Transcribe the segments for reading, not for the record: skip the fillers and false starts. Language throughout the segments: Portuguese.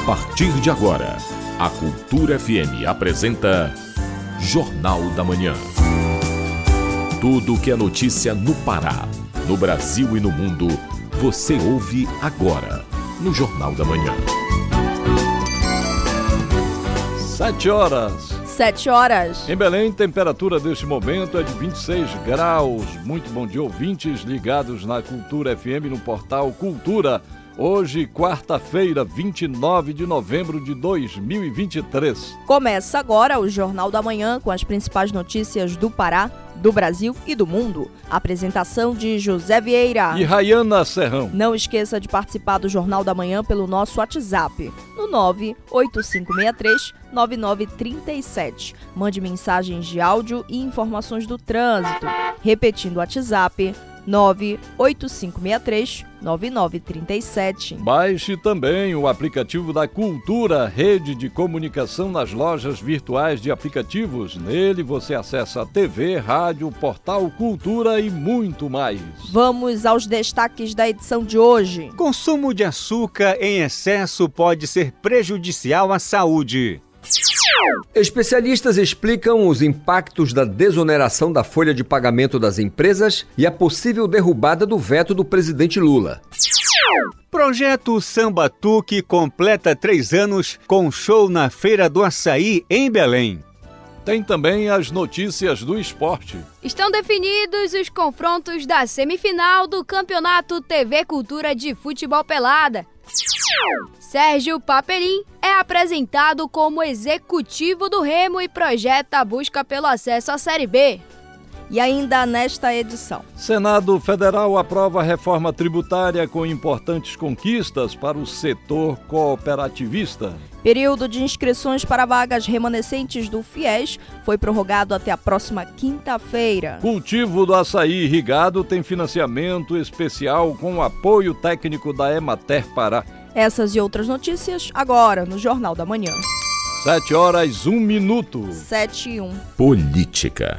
A partir de agora, a Cultura FM apresenta Jornal da Manhã. Tudo o que é notícia no Pará, no Brasil e no mundo, você ouve agora no Jornal da Manhã. 7 horas. 7 horas. Em Belém, temperatura deste momento é de 26 graus. Muito bom dia, ouvintes ligados na Cultura FM no portal Cultura. Hoje, quarta-feira, 29 de novembro de 2023. Começa agora o Jornal da Manhã com as principais notícias do Pará, do Brasil e do mundo. Apresentação de José Vieira e Rayana Serrão. Não esqueça de participar do Jornal da Manhã pelo nosso WhatsApp, no 98563-9937. Mande mensagens de áudio e informações do trânsito. Repetindo o WhatsApp, 98563-9937. Baixe também o aplicativo da Cultura, rede de comunicação nas lojas virtuais de aplicativos. Nele você acessa a TV, rádio, portal Cultura e muito mais. Vamos aos destaques da edição de hoje. Consumo de açúcar em excesso pode ser prejudicial à saúde. Especialistas explicam os impactos da desoneração da folha de pagamento das empresas e a possível derrubada do veto do presidente Lula. Projeto Sambatuque completa 3 anos com show na Feira do Açaí, em Belém. Tem também as notícias do esporte. Estão definidos os confrontos da semifinal do Campeonato TV Cultura de Futebol Pelada. Sérgio Paperim é apresentado como executivo do Remo e projeta a busca pelo acesso à Série B. E ainda nesta edição, Senado Federal aprova a reforma tributária com importantes conquistas para o setor cooperativista. Período de inscrições para vagas remanescentes do FIES foi prorrogado até a próxima quinta-feira. Cultivo do açaí irrigado tem financiamento especial com o apoio técnico da Emater Pará. Essas e outras notícias agora no Jornal da Manhã. 7 horas, 1 minuto. 7 e 1. Política.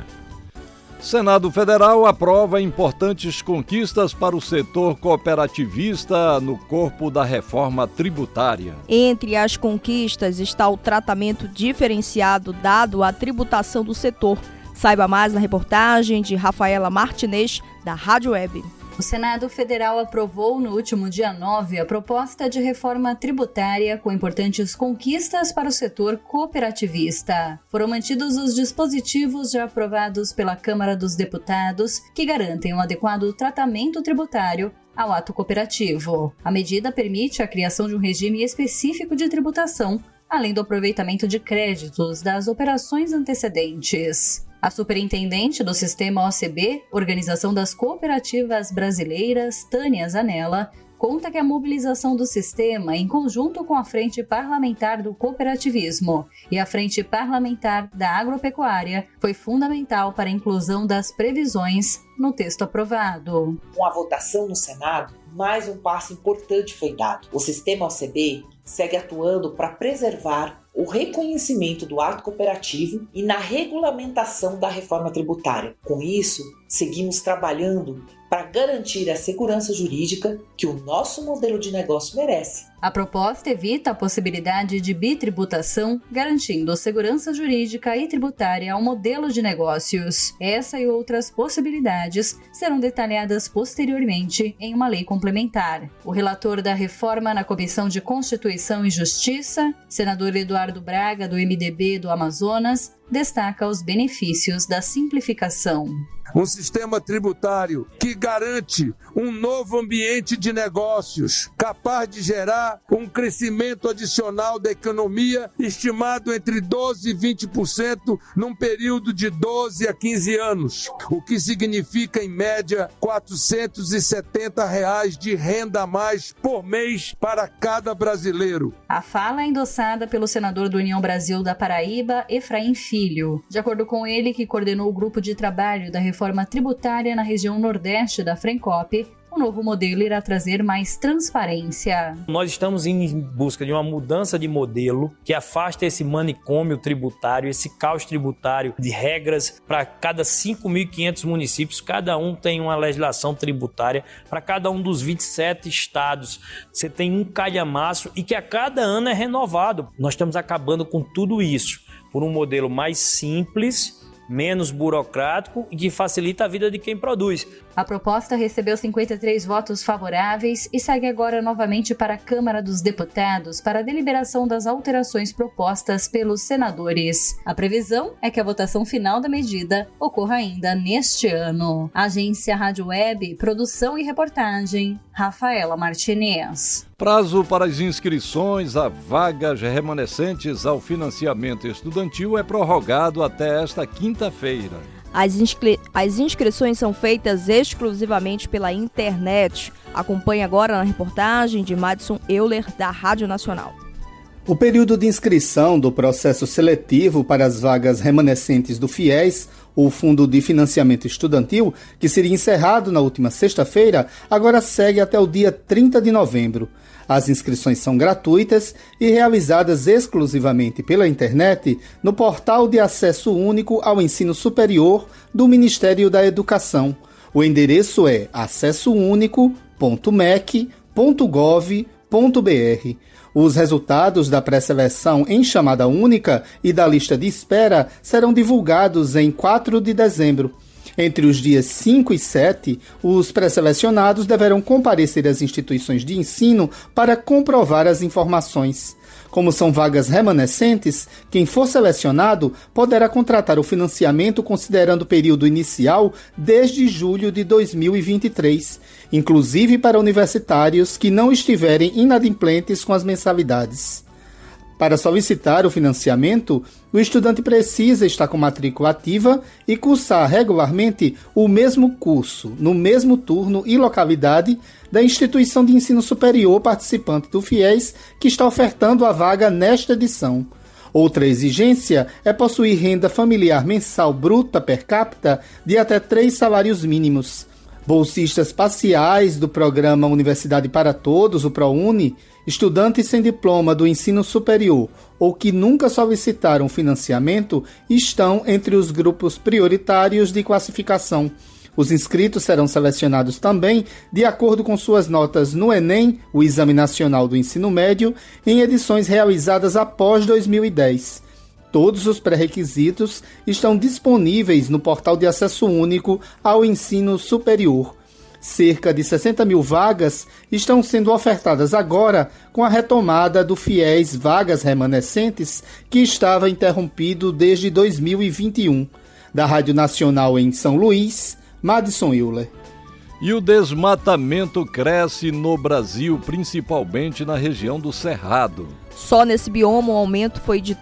Senado Federal aprova importantes conquistas para o setor cooperativista no corpo da reforma tributária. Entre as conquistas está o tratamento diferenciado dado à tributação do setor. Saiba mais na reportagem de Rafaela Martinez, da Rádio Web. O Senado Federal aprovou no último dia 9 a proposta de reforma tributária com importantes conquistas para o setor cooperativista. Foram mantidos os dispositivos já aprovados pela Câmara dos Deputados que garantem um adequado tratamento tributário ao ato cooperativo. A medida permite a criação de um regime específico de tributação, além do aproveitamento de créditos das operações antecedentes. A superintendente do Sistema OCB, Organização das Cooperativas Brasileiras, Tânia Zanella, conta que a mobilização do sistema, em conjunto com a Frente Parlamentar do Cooperativismo e a Frente Parlamentar da Agropecuária, foi fundamental para a inclusão das previsões no texto aprovado. Com a votação no Senado, mais um passo importante foi dado. O Sistema OCB segue atuando para preservar o reconhecimento do ato cooperativo e na regulamentação da reforma tributária. Com isso, seguimos trabalhando para garantir a segurança jurídica que o nosso modelo de negócio merece. A proposta evita a possibilidade de bitributação, garantindo segurança jurídica e tributária ao modelo de negócios. Essa e outras possibilidades serão detalhadas posteriormente em uma lei complementar. O relator da reforma na Comissão de Constituição e Justiça, senador Eduardo Braga, do MDB do Amazonas, destaca os benefícios da simplificação. Um sistema tributário que garante um novo ambiente de negócios, capaz de gerar um crescimento adicional da economia estimado entre 12% e 20% num período de 12 a 15 anos, o que significa, em média, R$ 470 de renda a mais por mês para cada brasileiro. A fala é endossada pelo senador do União Brasil da Paraíba, Efraim Filho. De acordo com ele, que coordenou o grupo de trabalho da reforma tributária na região nordeste da Frencop, O novo modelo irá trazer mais transparência. Nós estamos em busca de uma mudança de modelo que afasta esse manicômio tributário, esse caos tributário de regras para cada 5.500 municípios. Cada um tem uma legislação tributária. Para cada um dos 27 estados, você tem um calhamaço e que a cada ano é renovado. Nós estamos acabando com tudo isso por um modelo mais simples, menos burocrático e que facilita a vida de quem produz. A proposta recebeu 53 votos favoráveis e segue agora novamente para a Câmara dos Deputados para a deliberação das alterações propostas pelos senadores. A previsão é que a votação final da medida ocorra ainda neste ano. Agência Rádio Web, produção e reportagem, Rafaela Martinez. Prazo para as inscrições a vagas remanescentes ao financiamento estudantil é prorrogado até esta quinta-feira. As inscrições são feitas exclusivamente pela internet. Acompanhe agora na reportagem de Madison Euler, da Rádio Nacional. O período de inscrição do processo seletivo para as vagas remanescentes do FIES, o Fundo de Financiamento Estudantil, que seria encerrado na última sexta-feira, agora segue até o dia 30 de novembro. As inscrições são gratuitas e realizadas exclusivamente pela internet no portal de acesso único ao ensino superior do Ministério da Educação. O endereço é acessounico.mec.gov.br. Os resultados da pré-seleção em chamada única e da lista de espera serão divulgados em 4 de dezembro. Entre os dias 5 e 7, os pré-selecionados deverão comparecer às instituições de ensino para comprovar as informações. Como são vagas remanescentes, quem for selecionado poderá contratar o financiamento considerando o período inicial desde julho de 2023, inclusive para universitários que não estiverem inadimplentes com as mensalidades. Para solicitar o financiamento, o estudante precisa estar com matrícula ativa e cursar regularmente o mesmo curso, no mesmo turno e localidade da instituição de ensino superior participante do FIES que está ofertando a vaga nesta edição. Outra exigência é possuir renda familiar mensal bruta per capita de até 3 salários mínimos. Bolsistas parciais do programa Universidade para Todos, o ProUni, estudantes sem diploma do ensino superior ou que nunca solicitaram financiamento estão entre os grupos prioritários de classificação. Os inscritos serão selecionados também de acordo com suas notas no Enem, o Exame Nacional do Ensino Médio, em edições realizadas após 2010. Todos os pré-requisitos estão disponíveis no portal de acesso único ao ensino superior. Cerca de 60 mil vagas estão sendo ofertadas agora com a retomada do FIES Vagas Remanescentes, que estava interrompido desde 2021. Da Rádio Nacional em São Luís, Madison Euler. E o desmatamento cresce no Brasil, principalmente na região do Cerrado. Só nesse bioma o aumento foi de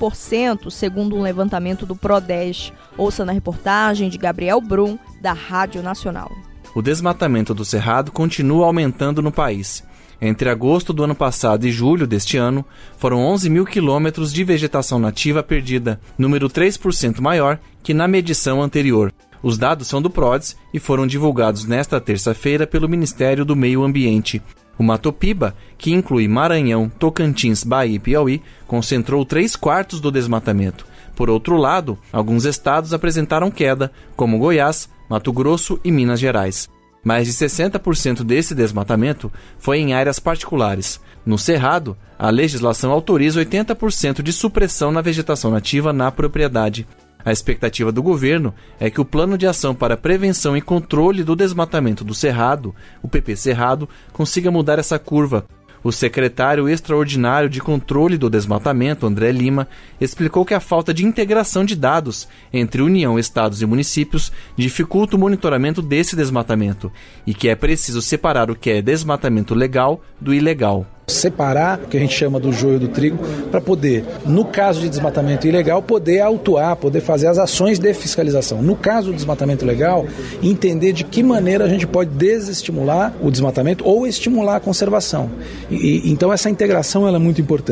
3%, segundo um levantamento do Prodeste. Ouça na reportagem de Gabriel Brum, da Rádio Nacional. O desmatamento do Cerrado continua aumentando no país. Entre agosto do ano passado e julho deste ano, foram 11 mil quilômetros de vegetação nativa perdida, número 3% maior que na medição anterior. Os dados são do PRODES e foram divulgados nesta terça-feira pelo Ministério do Meio Ambiente. O Matopiba, que inclui Maranhão, Tocantins, Bahia e Piauí, concentrou 3/4 do desmatamento. Por outro lado, alguns estados apresentaram queda, como Goiás, Mato Grosso e Minas Gerais. Mais de 60% desse desmatamento foi em áreas particulares. No Cerrado, a legislação autoriza 80% de supressão na vegetação nativa na propriedade. A expectativa do governo é que o Plano de Ação para Prevenção e Controle do Desmatamento do Cerrado, o PP Cerrado, consiga mudar essa curva. O secretário extraordinário de Controle do Desmatamento, André Lima, explicou que a falta de integração de dados entre União, estados e municípios dificulta o monitoramento desse desmatamento e que é preciso separar o que é desmatamento legal do ilegal. Separar o que a gente chama do joio do trigo para poder, no caso de desmatamento ilegal, poder autuar, poder fazer as ações de fiscalização. No caso do desmatamento legal, entender de que maneira a gente pode desestimular o desmatamento ou estimular a conservação. Então essa integração ela é muito importante.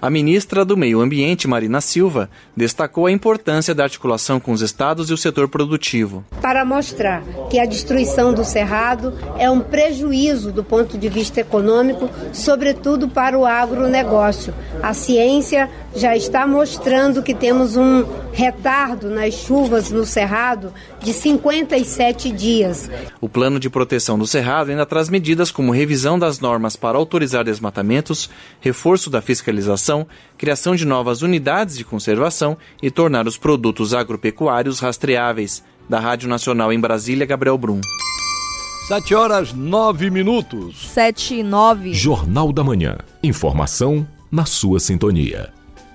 A ministra do Meio Ambiente, Marina Silva, destacou a importância da articulação com os estados e o setor produtivo. Para mostrar que a destruição do cerrado é um prejuízo do ponto de vista econômico, sobretudo para o agronegócio. A ciência já está mostrando que temos um retardo nas chuvas no cerrado de 57 dias. O plano de proteção do cerrado ainda traz medidas como revisão das normas para autorizar desmatamentos, reforço da fiscalização, criação de novas unidades de conservação e tornar os produtos agropecuários rastreáveis. Da Rádio Nacional em Brasília, Gabriel Brum. 7h09. 7h09. Jornal da Manhã. Informação na sua sintonia.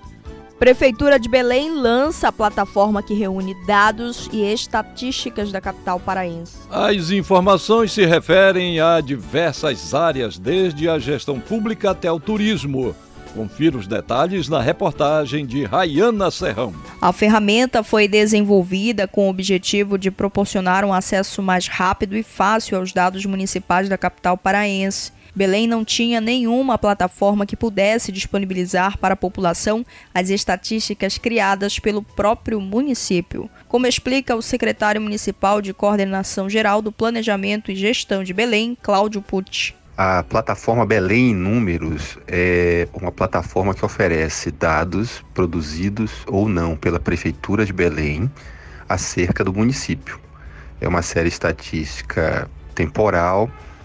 Prefeitura de Belém lança a plataforma que reúne dados e estatísticas da capital paraense. As informações se referem a diversas áreas, desde a gestão pública até o turismo. Confira os detalhes na reportagem de Rayana Serrão. A ferramenta foi desenvolvida com o objetivo de proporcionar um acesso mais rápido e fácil aos dados municipais da capital paraense. Belém não tinha nenhuma plataforma que pudesse disponibilizar para a população as estatísticas criadas pelo próprio município, como explica o secretário municipal de Coordenação Geral do Planejamento e Gestão de Belém, Cláudio Pucci. A plataforma Belém em Números é uma plataforma que oferece dados produzidos ou não pela Prefeitura de Belém acerca do município. É uma série estatística temporal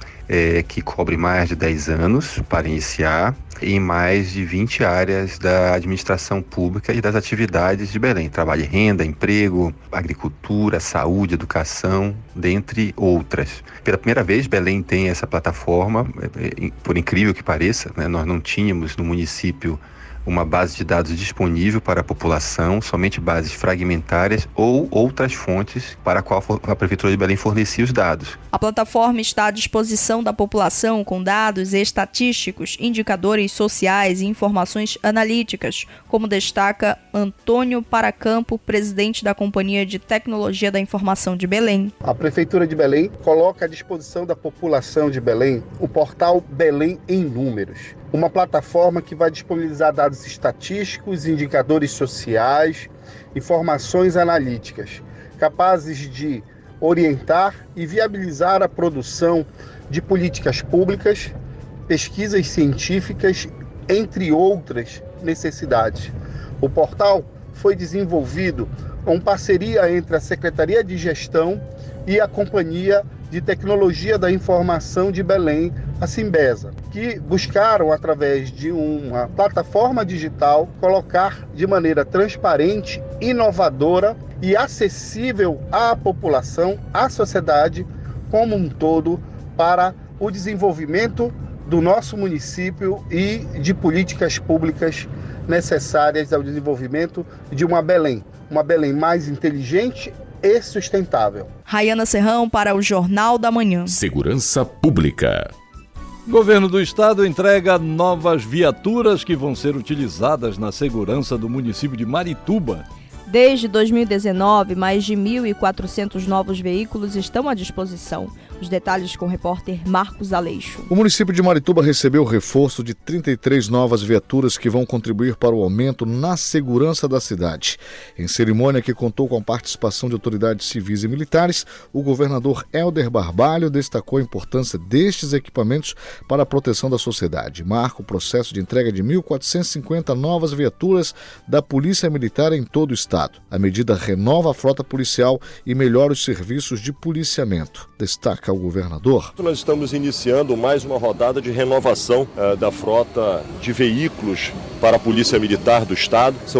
que cobre mais de 10 anos para iniciar em mais de 20 áreas da administração pública e das atividades de Belém. Trabalho e renda, emprego, agricultura, saúde, educação, dentre outras. Pela primeira vez, Belém tem essa plataforma, por incrível que pareça, né? Nós não tínhamos no município uma base de dados disponível para a população, somente bases fragmentárias ou outras fontes para a qual a Prefeitura de Belém fornecia os dados. A plataforma está à disposição da população com dados estatísticos, indicadores sociais e informações analíticas, como destaca Antônio Paracampo, presidente da Companhia de Tecnologia da Informação de Belém. A Prefeitura de Belém coloca à disposição da população de Belém o portal Belém em Números, uma plataforma que vai disponibilizar dados estatísticos, indicadores sociais, informações analíticas, capazes de orientar e viabilizar a produção de políticas públicas, pesquisas científicas, entre outras necessidades. O portal foi desenvolvido com parceria entre a Secretaria de Gestão e a Companhia de Tecnologia da Informação de Belém, a Simbesa, que buscaram, através de uma plataforma digital, colocar de maneira transparente, inovadora e acessível à população, à sociedade como um todo, para o desenvolvimento do nosso município e de políticas públicas necessárias ao desenvolvimento de uma Belém mais inteligente e sustentável. Rayana Serrão para o Jornal da Manhã. Segurança Pública. Governo do Estado entrega novas viaturas que vão ser utilizadas na segurança do município de Marituba. Desde 2019, mais de 1.400 novos veículos estão à disposição. Os detalhes com o repórter Marcos Aleixo. O município de Marituba recebeu o reforço de 33 novas viaturas que vão contribuir para o aumento na segurança da cidade. Em cerimônia que contou com a participação de autoridades civis e militares, o governador Helder Barbalho destacou a importância destes equipamentos para a proteção da sociedade. Marca o processo de entrega de 1.450 novas viaturas da Polícia Militar em todo o estado. A medida renova a frota policial e melhora os serviços de policiamento. Destaca o governador. Nós estamos iniciando mais uma rodada de renovação da frota de veículos para a Polícia Militar do Estado. São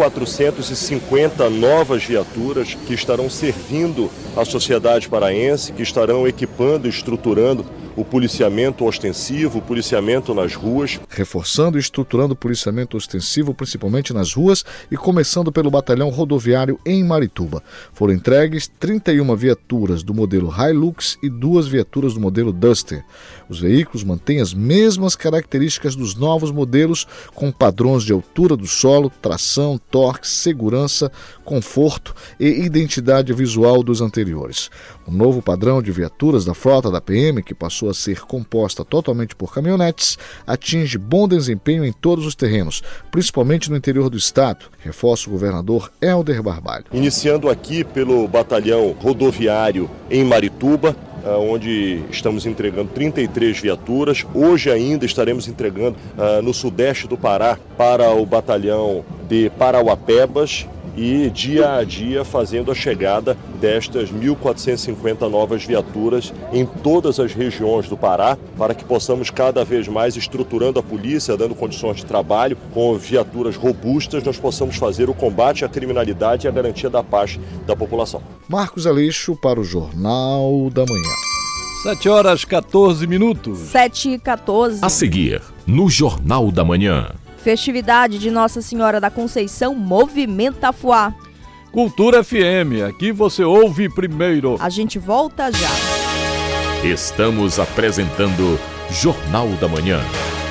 1.450 novas viaturas que estarão servindo a sociedade paraense, que estarão equipando e estruturando o policiamento ostensivo, o policiamento nas ruas. Reforçando e estruturando o policiamento ostensivo, principalmente nas ruas, e começando pelo batalhão rodoviário em Marituba. Foram entregues 31 viaturas do modelo Hilux e 2 viaturas do modelo Duster. Os veículos mantêm as mesmas características dos novos modelos, com padrão padrões de altura do solo, tração, torque, segurança, conforto e identidade visual dos anteriores. O novo padrão de viaturas da frota da PM, que passou a ser composta totalmente por caminhonetes, atinge bom desempenho em todos os terrenos, principalmente no interior do estado, reforça o governador Helder Barbalho. Iniciando aqui pelo batalhão rodoviário em Marituba, onde estamos entregando 33 viaturas. Hoje ainda estaremos entregando no sudeste do Pará para o batalhão de Parauapebas e dia a dia fazendo a chegada destas 1.450 novas viaturas em todas as regiões do Pará, para que possamos cada vez mais, estruturando a polícia, dando condições de trabalho, com viaturas robustas, nós possamos fazer o combate à criminalidade e a garantia da paz da população. Marcos Aleixo para o Jornal da Manhã. 7h14. 7h14. A seguir, no Jornal da Manhã. Festividade de Nossa Senhora da Conceição movimenta Fuá. Cultura FM, aqui você ouve primeiro. A gente volta já. Estamos apresentando Jornal da Manhã.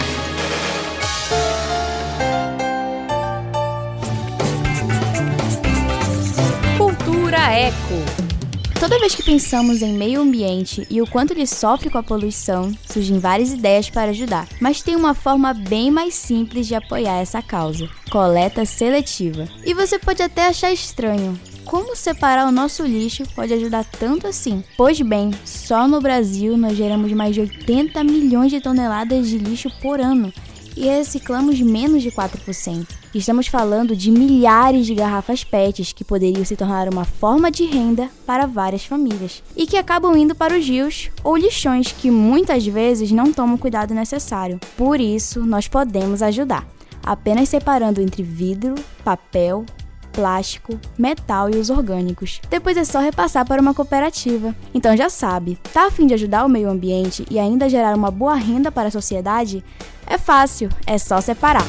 Cultura Eco. Toda vez que pensamos em meio ambiente e o quanto ele sofre com a poluição, surgem várias ideias para ajudar. Mas tem uma forma bem mais simples de apoiar essa causa: coleta seletiva. E você pode até achar estranho. Como separar o nosso lixo pode ajudar tanto assim? Pois bem, só no Brasil nós geramos mais de 80 milhões de toneladas de lixo por ano e reciclamos menos de 4%. Estamos falando de milhares de garrafas PETs que poderiam se tornar uma forma de renda para várias famílias e que acabam indo para os rios ou lixões que muitas vezes não tomam o cuidado necessário. Por isso, nós podemos ajudar, apenas separando entre vidro, papel, plástico, metal e os orgânicos. Depois é só repassar para uma cooperativa. Então já sabe, tá a fim de ajudar o meio ambiente e ainda gerar uma boa renda para a sociedade? É fácil, é só separar.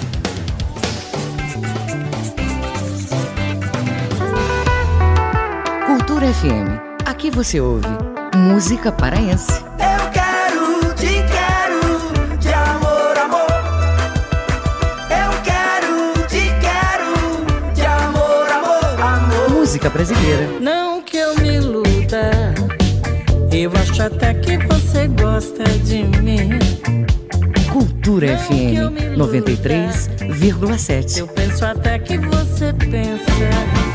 Cultura FM. Aqui você ouve música paraense. Eu quero, te quero, de amor, amor. Eu quero, te quero, de amor, amor, amor. Música brasileira. Não que eu me iluda, eu acho até que você gosta de mim. Cultura FM 93,7. Eu penso até que você pensa.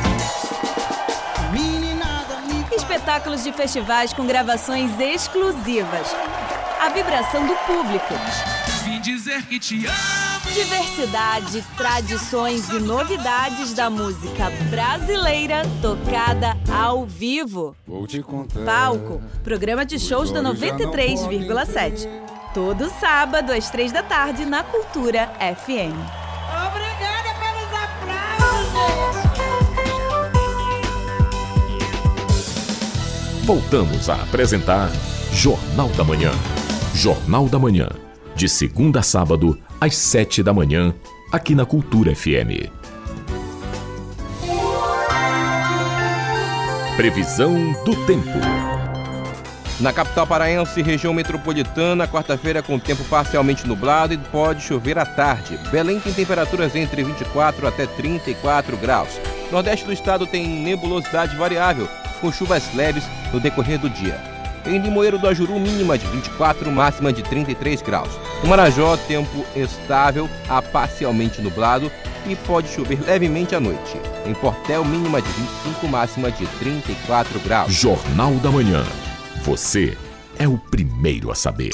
Espetáculos de festivais com gravações exclusivas. A vibração do público. Vim dizer que te amo. Diversidade, tradições e novidades da música brasileira tocada ao vivo. Vou te contar. Palco, programa de shows da 93,7. Todo sábado às 3 da tarde na Cultura FM. Obrigada pelos aplausos. Voltamos a apresentar Jornal da Manhã. Jornal da Manhã, de segunda a sábado, às 7 da manhã, aqui na Cultura FM. Previsão do tempo. Na capital paraense, região metropolitana, quarta-feira com tempo parcialmente nublado e pode chover à tarde. Belém tem temperaturas entre 24 até 34 graus. Nordeste do estado tem nebulosidade variável, com chuvas leves no decorrer do dia. Em Limoeiro do Ajuru, mínima de 24, máxima de 33 graus. No Marajó, tempo estável a parcialmente nublado e pode chover levemente à noite. Em Portel, mínima de 25, máxima de 34 graus. Jornal da Manhã. Você é o primeiro a saber.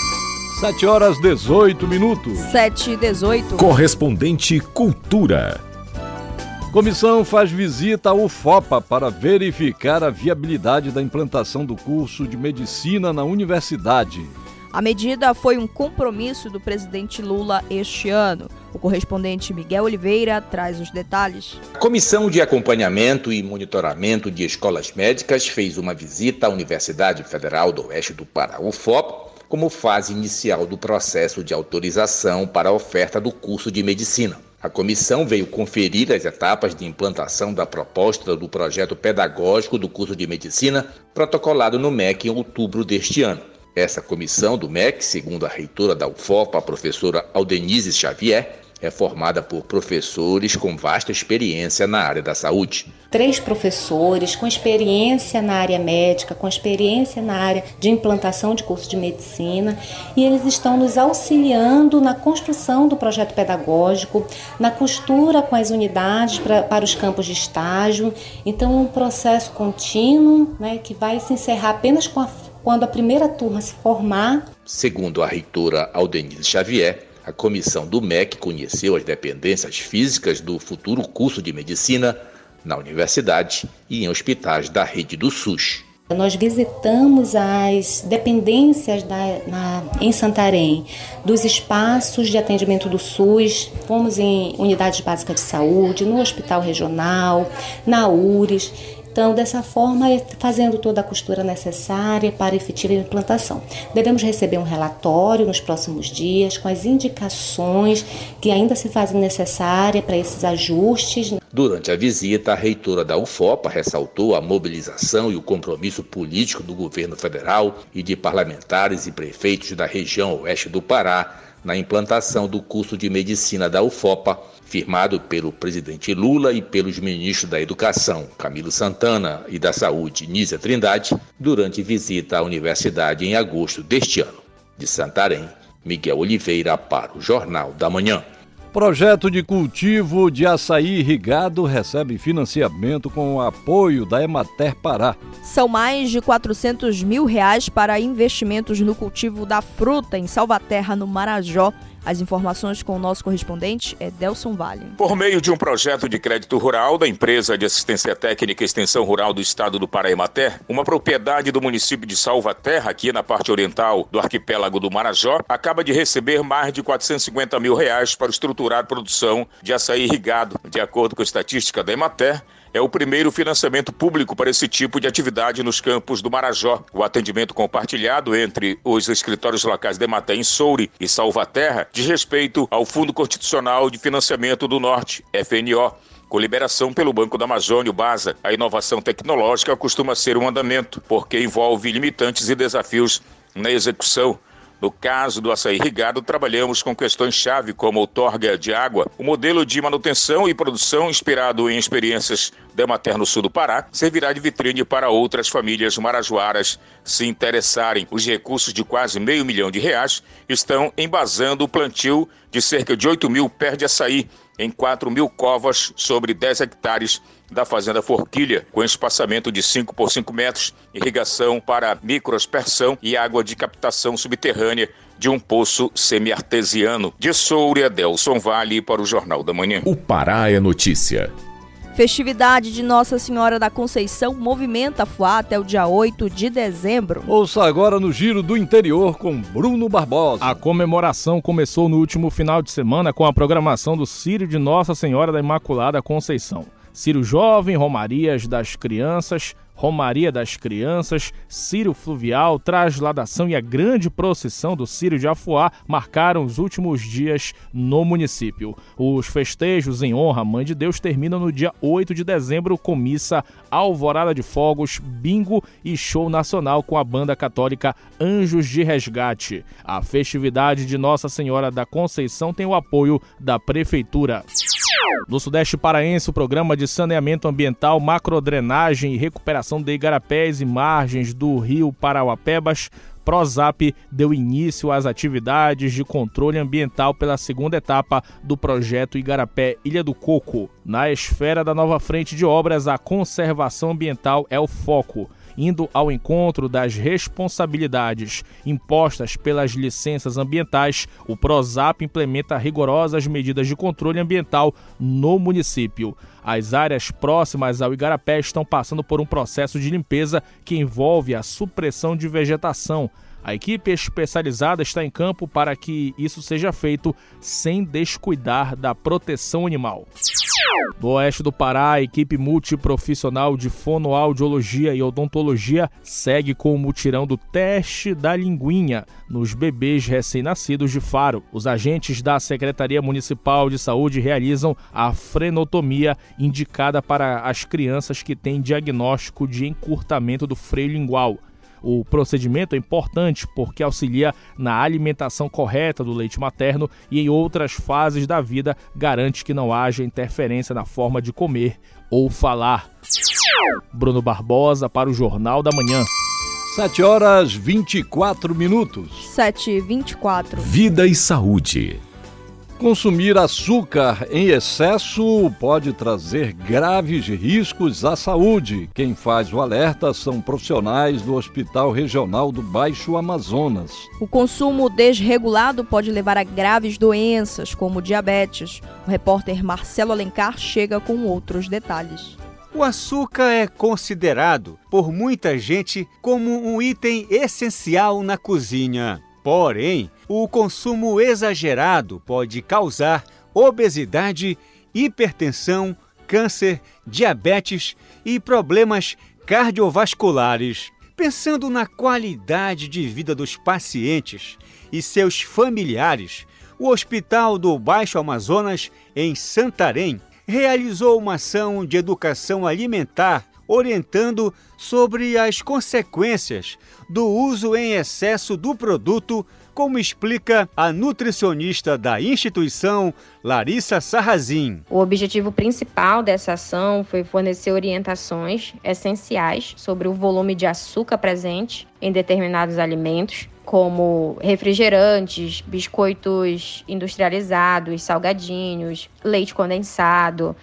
7h18. 7h18. Correspondente Cultura. Comissão faz visita ao UFOPA para verificar a viabilidade da implantação do curso de medicina na universidade. A medida foi um compromisso do presidente Lula este ano. O correspondente Miguel Oliveira traz os detalhes. A Comissão de Acompanhamento e Monitoramento de Escolas Médicas fez uma visita à Universidade Federal do Oeste do Pará, UFOPA, como fase inicial do processo de autorização para a oferta do curso de medicina. A comissão veio conferir as etapas de implantação da proposta do projeto pedagógico do curso de medicina, protocolado no MEC em outubro deste ano. Essa comissão do MEC, segundo a reitora da UFOPA, a professora Aldenise Xavier, é formada por professores com vasta experiência na área da saúde. 3 professores com experiência na área médica, com experiência na área de implantação de curso de medicina, e eles estão nos auxiliando na construção do projeto pedagógico, na costura com as unidades para os campos de estágio. Então, um processo contínuo, né, que vai se encerrar apenas quando a primeira turma se formar. Segundo a reitora Aldenise Xavier, a comissão do MEC conheceu as dependências físicas do futuro curso de medicina na universidade e em hospitais da rede do SUS. Nós visitamos as dependências em Santarém, dos espaços de atendimento do SUS, fomos em unidades básicas de saúde, no hospital regional, na URES. Então, dessa forma, fazendo toda a costura necessária para a efetiva implantação. Devemos receber um relatório nos próximos dias com as indicações que ainda se fazem necessárias para esses ajustes. Durante a visita, a reitora da UFOPA ressaltou a mobilização e o compromisso político do governo federal e de parlamentares e prefeitos da região oeste do Pará na implantação do curso de medicina da UFOPA, firmado pelo presidente Lula e pelos ministros da Educação, Camilo Santana, e da Saúde, Nízia Trindade, durante visita à universidade em agosto deste ano. De Santarém, Miguel Oliveira para o Jornal da Manhã. Projeto de cultivo de açaí irrigado recebe financiamento com o apoio da Emater Pará. São mais de R$400 mil para investimentos no cultivo da fruta em Salvaterra, no Marajó. As informações com o nosso correspondente é Delson Vale. Por meio de um projeto de crédito rural da Empresa de Assistência Técnica e Extensão Rural do Estado do Pará, Emater, uma propriedade do município de Salvaterra, aqui na parte oriental do arquipélago do Marajó, acaba de receber mais de R$450 mil para estruturar a produção de açaí irrigado. De acordo com a estatística da Emater, é o primeiro financiamento público para esse tipo de atividade nos campos do Marajó. O atendimento compartilhado entre os escritórios locais da Emater em Soure e Salvaterra diz respeito ao Fundo Constitucional de Financiamento do Norte, FNO, com liberação pelo Banco da Amazônia, o BASA. A inovação tecnológica costuma ser um andamento, porque envolve limitantes e desafios na execução. No caso do açaí irrigado, trabalhamos com questões-chave como outorga de água. O modelo de manutenção e produção, inspirado em experiências da Emater no sul do Pará, servirá de vitrine para outras famílias marajoaras se interessarem. Os recursos de quase R$500 mil estão embasando o plantio de cerca de 8 mil pés de açaí em 4 mil covas sobre 10 hectares da Fazenda Forquilha, com espaçamento de 5 por 5 metros, irrigação para microaspersão e água de captação subterrânea de um poço semi-artesiano. De Soure, Delson Vale para o Jornal da Manhã. O Pará é notícia. Festividade de Nossa Senhora da Conceição movimenta a Fuá até o dia 8 de dezembro. Ouça agora no Giro do Interior com Bruno Barbosa. A comemoração começou no último final de semana com a programação do Círio de Nossa Senhora da Imaculada Conceição. Círio Jovem, Romaria das Crianças, Círio Fluvial, Trasladação e a grande procissão do Círio de Afuá marcaram os últimos dias no município. Os festejos em honra à Mãe de Deus terminam no dia 8 de dezembro com missa, alvorada de fogos, bingo e show nacional com a banda católica Anjos de Resgate. A festividade de Nossa Senhora da Conceição tem o apoio da Prefeitura. No Sudeste Paraense, o Programa de Saneamento Ambiental, Macrodrenagem e Recuperação de Igarapés e Margens do Rio Parauapebas, PROSAP, deu início às atividades de controle ambiental pela segunda etapa do projeto Igarapé Ilha do Coco. Na esfera da nova frente de obras, a conservação ambiental é o foco, indo ao encontro das responsabilidades impostas pelas licenças ambientais. O PROSAP implementa rigorosas medidas de controle ambiental no município. As áreas próximas ao Igarapé estão passando por um processo de limpeza que envolve a supressão de vegetação. A equipe especializada está em campo para que isso seja feito sem descuidar da proteção animal. No oeste do Pará, a equipe multiprofissional de fonoaudiologia e odontologia segue com o mutirão do teste da linguinha nos bebês recém-nascidos de Faro. Os agentes da Secretaria Municipal de Saúde realizam a frenotomia indicada para as crianças que têm diagnóstico de encurtamento do freio lingual. O procedimento é importante porque auxilia na alimentação correta do leite materno e em outras fases da vida garante que não haja interferência na forma de comer ou falar. Bruno Barbosa para o Jornal da Manhã. 7h24. 7h24. Vida e saúde. Consumir açúcar em excesso pode trazer graves riscos à saúde. Quem faz o alerta são profissionais do Hospital Regional do Baixo Amazonas. O consumo desregulado pode levar a graves doenças, como diabetes. O repórter Marcelo Alencar chega com outros detalhes. O açúcar é considerado por muita gente como um item essencial na cozinha. Porém, o consumo exagerado pode causar obesidade, hipertensão, câncer, diabetes e problemas cardiovasculares. Pensando na qualidade de vida dos pacientes e seus familiares, o Hospital do Baixo Amazonas, em Santarém, realizou uma ação de educação alimentar orientando sobre as consequências do uso em excesso do produto, como explica a nutricionista da instituição, Larissa Sarrazin. O objetivo principal dessa ação foi fornecer orientações essenciais sobre o volume de açúcar presente em determinados alimentos, como refrigerantes, biscoitos industrializados, salgadinhos, leite condensado,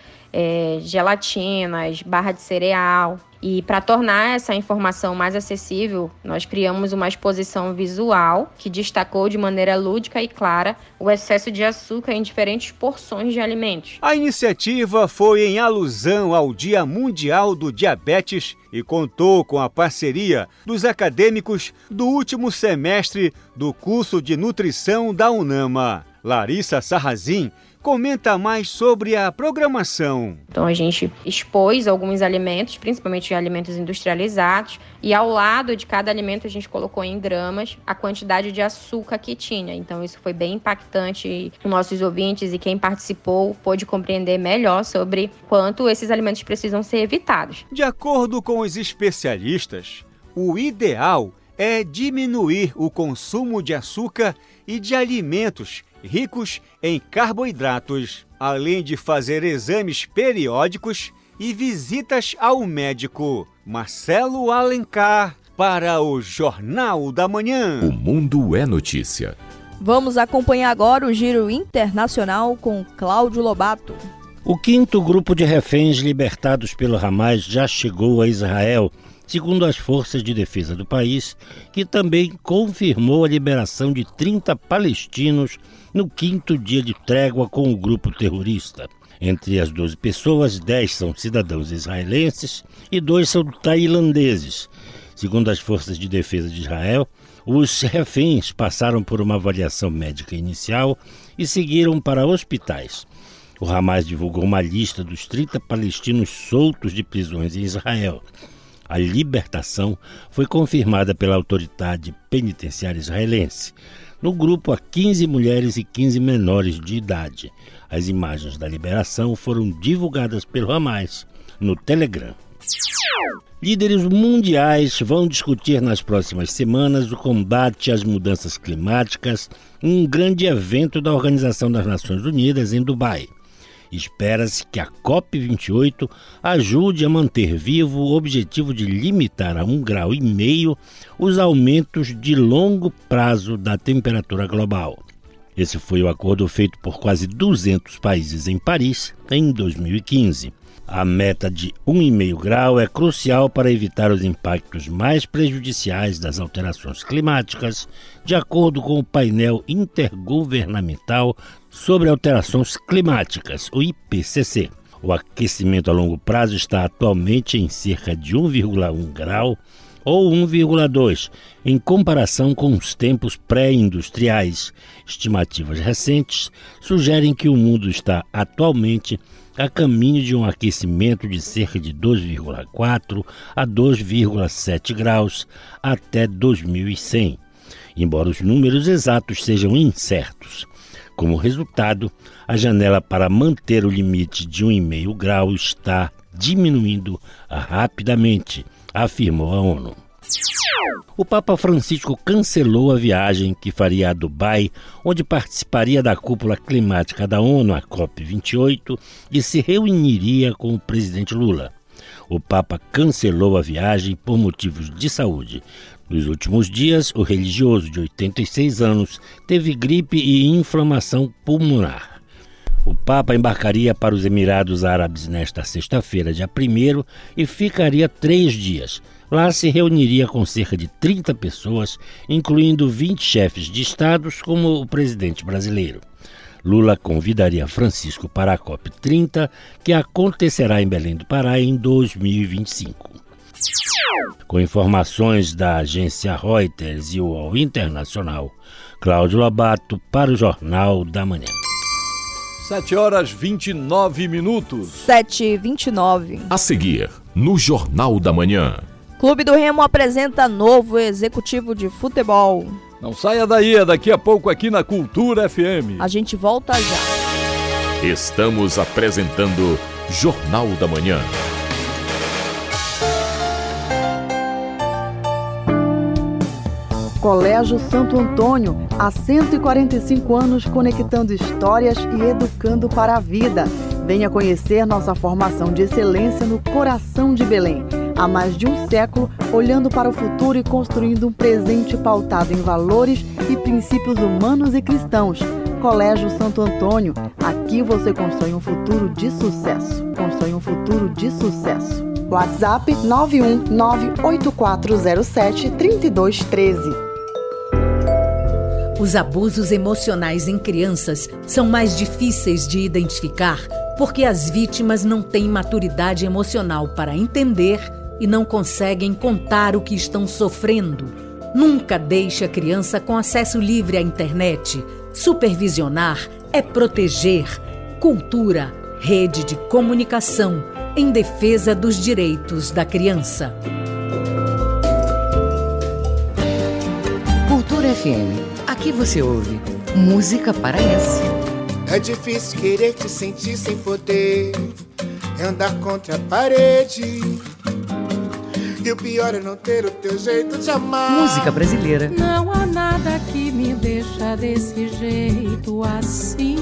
gelatinas, barra de cereal. E para tornar essa informação mais acessível, nós criamos uma exposição visual que destacou de maneira lúdica e clara o excesso de açúcar em diferentes porções de alimentos. A iniciativa foi em alusão ao Dia Mundial do Diabetes e contou com a parceria dos acadêmicos do último semestre do curso de nutrição da UNAMA. Larissa Sarrazin comenta mais sobre a programação. Então a gente expôs alguns alimentos, principalmente alimentos industrializados, e ao lado de cada alimento a gente colocou em gramas a quantidade de açúcar que tinha. Então isso foi bem impactante para os nossos ouvintes e quem participou pôde compreender melhor sobre quanto esses alimentos precisam ser evitados. De acordo com os especialistas, o ideal é diminuir o consumo de açúcar e de alimentos ricos em carboidratos, além de fazer exames periódicos e visitas ao médico. Marcelo Alencar para o Jornal da Manhã. O mundo é notícia. Vamos acompanhar agora o Giro Internacional com Cláudio Lobato. O 5º grupo de reféns libertados pelo Hamas já chegou a Israel, segundo as forças de defesa do país, que também confirmou a liberação de 30 palestinos no 5º dia de trégua com o grupo terrorista. Entre as 12 pessoas, 10 são cidadãos israelenses e 2 são tailandeses. Segundo as forças de defesa de Israel, os reféns passaram por uma avaliação médica inicial e seguiram para hospitais. O Hamas divulgou uma lista dos 30 palestinos soltos de prisões em Israel. A libertação foi confirmada pela autoridade penitenciária israelense. No grupo há 15 mulheres e 15 menores de idade. As imagens da liberação foram divulgadas pelo Hamas no Telegram. Líderes mundiais vão discutir nas próximas semanas o combate às mudanças climáticas em um grande evento da Organização das Nações Unidas em Dubai. Espera-se que a COP28 ajude a manter vivo o objetivo de limitar a 1,5 graus os aumentos de longo prazo da temperatura global. Esse foi o acordo feito por quase 200 países em Paris em 2015. A meta de 1,5 grau é crucial para evitar os impactos mais prejudiciais das alterações climáticas, de acordo com o painel intergovernamental sobre alterações climáticas, o IPCC. O aquecimento a longo prazo está atualmente em cerca de 1,1 grau ou 1,2, em comparação com os tempos pré-industriais. Estimativas recentes sugerem que o mundo está atualmente a caminho de um aquecimento de cerca de 2,4 a 2,7 graus até 2100, embora os números exatos sejam incertos. Como resultado, a janela para manter o limite de 1,5 grau está diminuindo rapidamente, afirmou a ONU. O Papa Francisco cancelou a viagem que faria a Dubai, onde participaria da cúpula climática da ONU, a COP28, e se reuniria com o presidente Lula. O Papa cancelou a viagem por motivos de saúde. Nos últimos dias, o religioso de 86 anos teve gripe e inflamação pulmonar. O Papa embarcaria para os Emirados Árabes nesta sexta-feira, dia 1º, e ficaria 3 dias. Lá se reuniria com cerca de 30 pessoas, incluindo 20 chefes de estados, como o presidente brasileiro. Lula convidaria Francisco para a COP30, que acontecerá em Belém do Pará em 2025. Com informações da agência Reuters e o UOL Internacional, Cláudio Lobato para o Jornal da Manhã. 7h29. 7h29. A seguir, no Jornal da Manhã. Clube do Remo apresenta novo executivo de futebol. Não saia daí, é daqui a pouco aqui na Cultura FM. A gente volta já. Estamos apresentando Jornal da Manhã. Colégio Santo Antônio, há 145 anos conectando histórias e educando para a vida. Venha conhecer nossa formação de excelência no coração de Belém. Há mais de um século, olhando para o futuro e construindo um presente pautado em valores e princípios humanos e cristãos. Colégio Santo Antônio, aqui você constrói um futuro de sucesso. Constrói um futuro de sucesso. WhatsApp 91984073213. Os abusos emocionais em crianças são mais difíceis de identificar porque as vítimas não têm maturidade emocional para entender e não conseguem contar o que estão sofrendo. Nunca deixe a criança com acesso livre à internet. Supervisionar é proteger. Cultura, rede de comunicação em defesa dos direitos da criança. Cultura FM. Aqui você ouve música paraense. É difícil querer te sentir sem poder, é andar contra a parede. E o pior é não ter o teu jeito de amar. Música brasileira. Não há nada que me deixa desse jeito assim.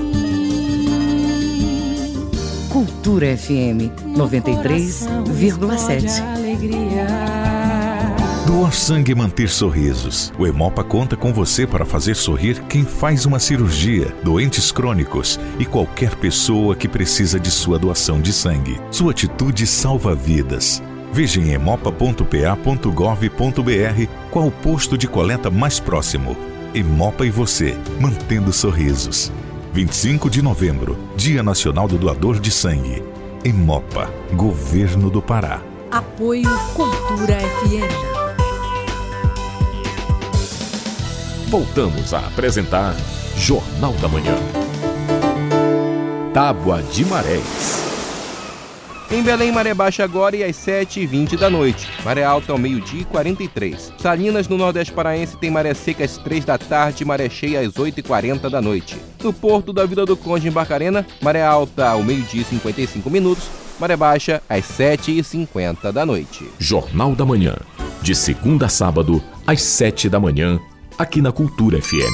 Cultura FM 93,7. Doar sangue e manter sorrisos. O Hemopa conta com você para fazer sorrir quem faz uma cirurgia, doentes crônicos e qualquer pessoa que precisa de sua doação de sangue. Sua atitude salva vidas. Veja em hemopa.pa.gov.br qual o posto de coleta mais próximo. Hemopa e você, mantendo sorrisos. 25 de novembro, Dia Nacional do Doador de Sangue. Hemopa, Governo do Pará. Apoio Cultura FM. Voltamos a apresentar Jornal da Manhã. Tábua de Marés. Em Belém, maré baixa agora e às 7h20 da noite. Maré alta ao meio-dia e 43. Salinas, no Nordeste Paraense, tem maré seca às 3 da tarde e maré cheia às 8h40 da noite. No Porto da Vila do Conde, em Barcarena, maré alta ao meio-dia e 55 minutos. Maré baixa às 7h50 da noite. Jornal da Manhã. De segunda a sábado, às 7 da manhã, aqui na Cultura FM.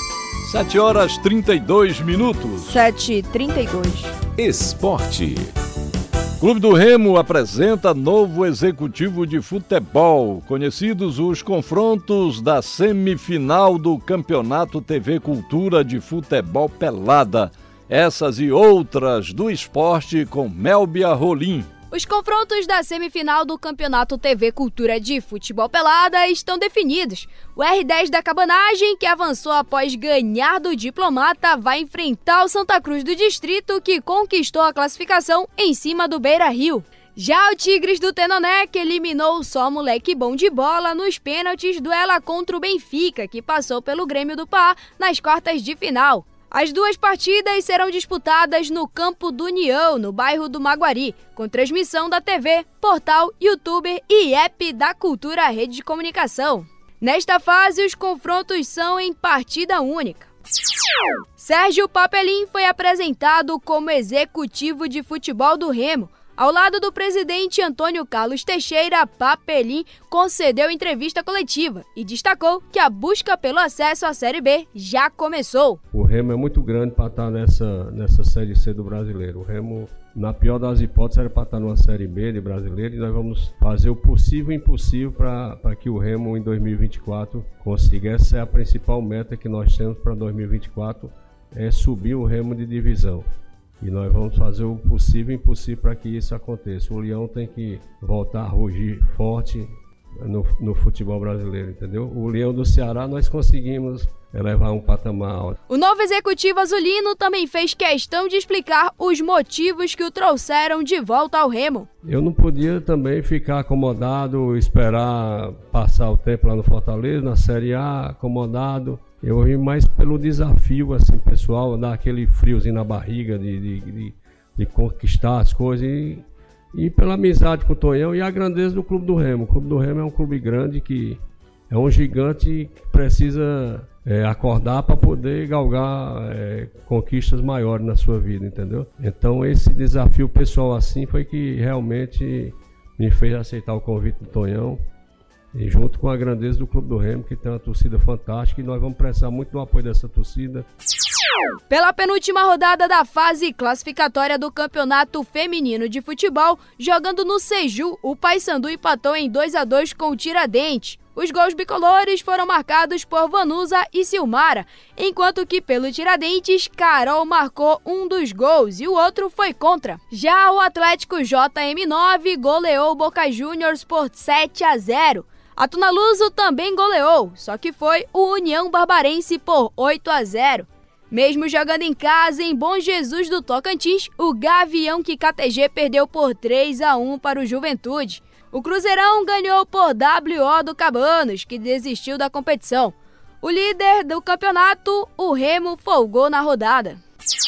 7h32. 7h32. Esporte. Clube do Remo apresenta novo executivo de futebol. Conhecidos os confrontos da semifinal do Campeonato TV Cultura de Futebol Pelada. Essas e outras do esporte com Melbia Rolim. Os confrontos da semifinal do Campeonato TV Cultura de Futebol Pelada estão definidos. O R10 da Cabanagem, que avançou após ganhar do Diplomata, vai enfrentar o Santa Cruz do Distrito, que conquistou a classificação em cima do Beira-Rio. Já o Tigres do Tenoné, que eliminou o Só Moleque Bom de Bola nos pênaltis, duela contra o Benfica, que passou pelo Grêmio do Pará nas quartas de final. As duas partidas serão disputadas no Campo do União, no bairro do Maguari, com transmissão da TV, portal, youtuber e app da Cultura Rede de Comunicação. Nesta fase, os confrontos são em partida única. Sérgio Papelin foi apresentado como executivo de futebol do Remo. Ao lado do presidente Antônio Carlos Teixeira, Papelim concedeu entrevista coletiva e destacou que a busca pelo acesso à Série B já começou. O Remo é muito grande para estar nessa Série C do Brasileiro. O Remo, na pior das hipóteses, era para estar numa Série B de Brasileiro e nós vamos fazer o possível e impossível para que o Remo em 2024 consiga. Essa é a principal meta que nós temos para 2024, é subir o Remo de divisão. E nós vamos fazer o possível e impossível para que isso aconteça. O Leão tem que voltar a rugir forte no futebol brasileiro, entendeu? O Leão do Ceará nós conseguimos elevar um patamar alto. O novo executivo azulino também fez questão de explicar os motivos que o trouxeram de volta ao Remo. Eu não podia também ficar acomodado, esperar passar o tempo lá no Fortaleza, na Série A, acomodado. Eu vim mais pelo desafio, assim, pessoal, dar aquele friozinho na barriga de conquistar as coisas e pela amizade com o Tonhão e a grandeza do Clube do Remo. O Clube do Remo é um clube grande que é um gigante que precisa acordar para poder galgar conquistas maiores na sua vida, entendeu? Então esse desafio pessoal assim foi que realmente me fez aceitar o convite do Tonhão. E junto com a grandeza do Clube do Remo, que tem uma torcida fantástica, e nós vamos precisar muito do apoio dessa torcida. Pela penúltima rodada da fase classificatória do Campeonato Feminino de Futebol, jogando no Seju, o Paysandu empatou em 2-2 com o Tiradentes. Os gols bicolores foram marcados por Vanusa e Silmara, enquanto que pelo Tiradentes, Carol marcou um dos gols e o outro foi contra. Já o Atlético JM9 goleou o Boca Juniors por 7-0. A Tunaluso também goleou, só que foi o União Barbarense por 8-0. Mesmo jogando em casa em Bom Jesus do Tocantins, o Gavião KTG perdeu por 3-1 para o Juventude. O Cruzeirão ganhou por WO do Cabanos, que desistiu da competição. O líder do campeonato, o Remo, folgou na rodada.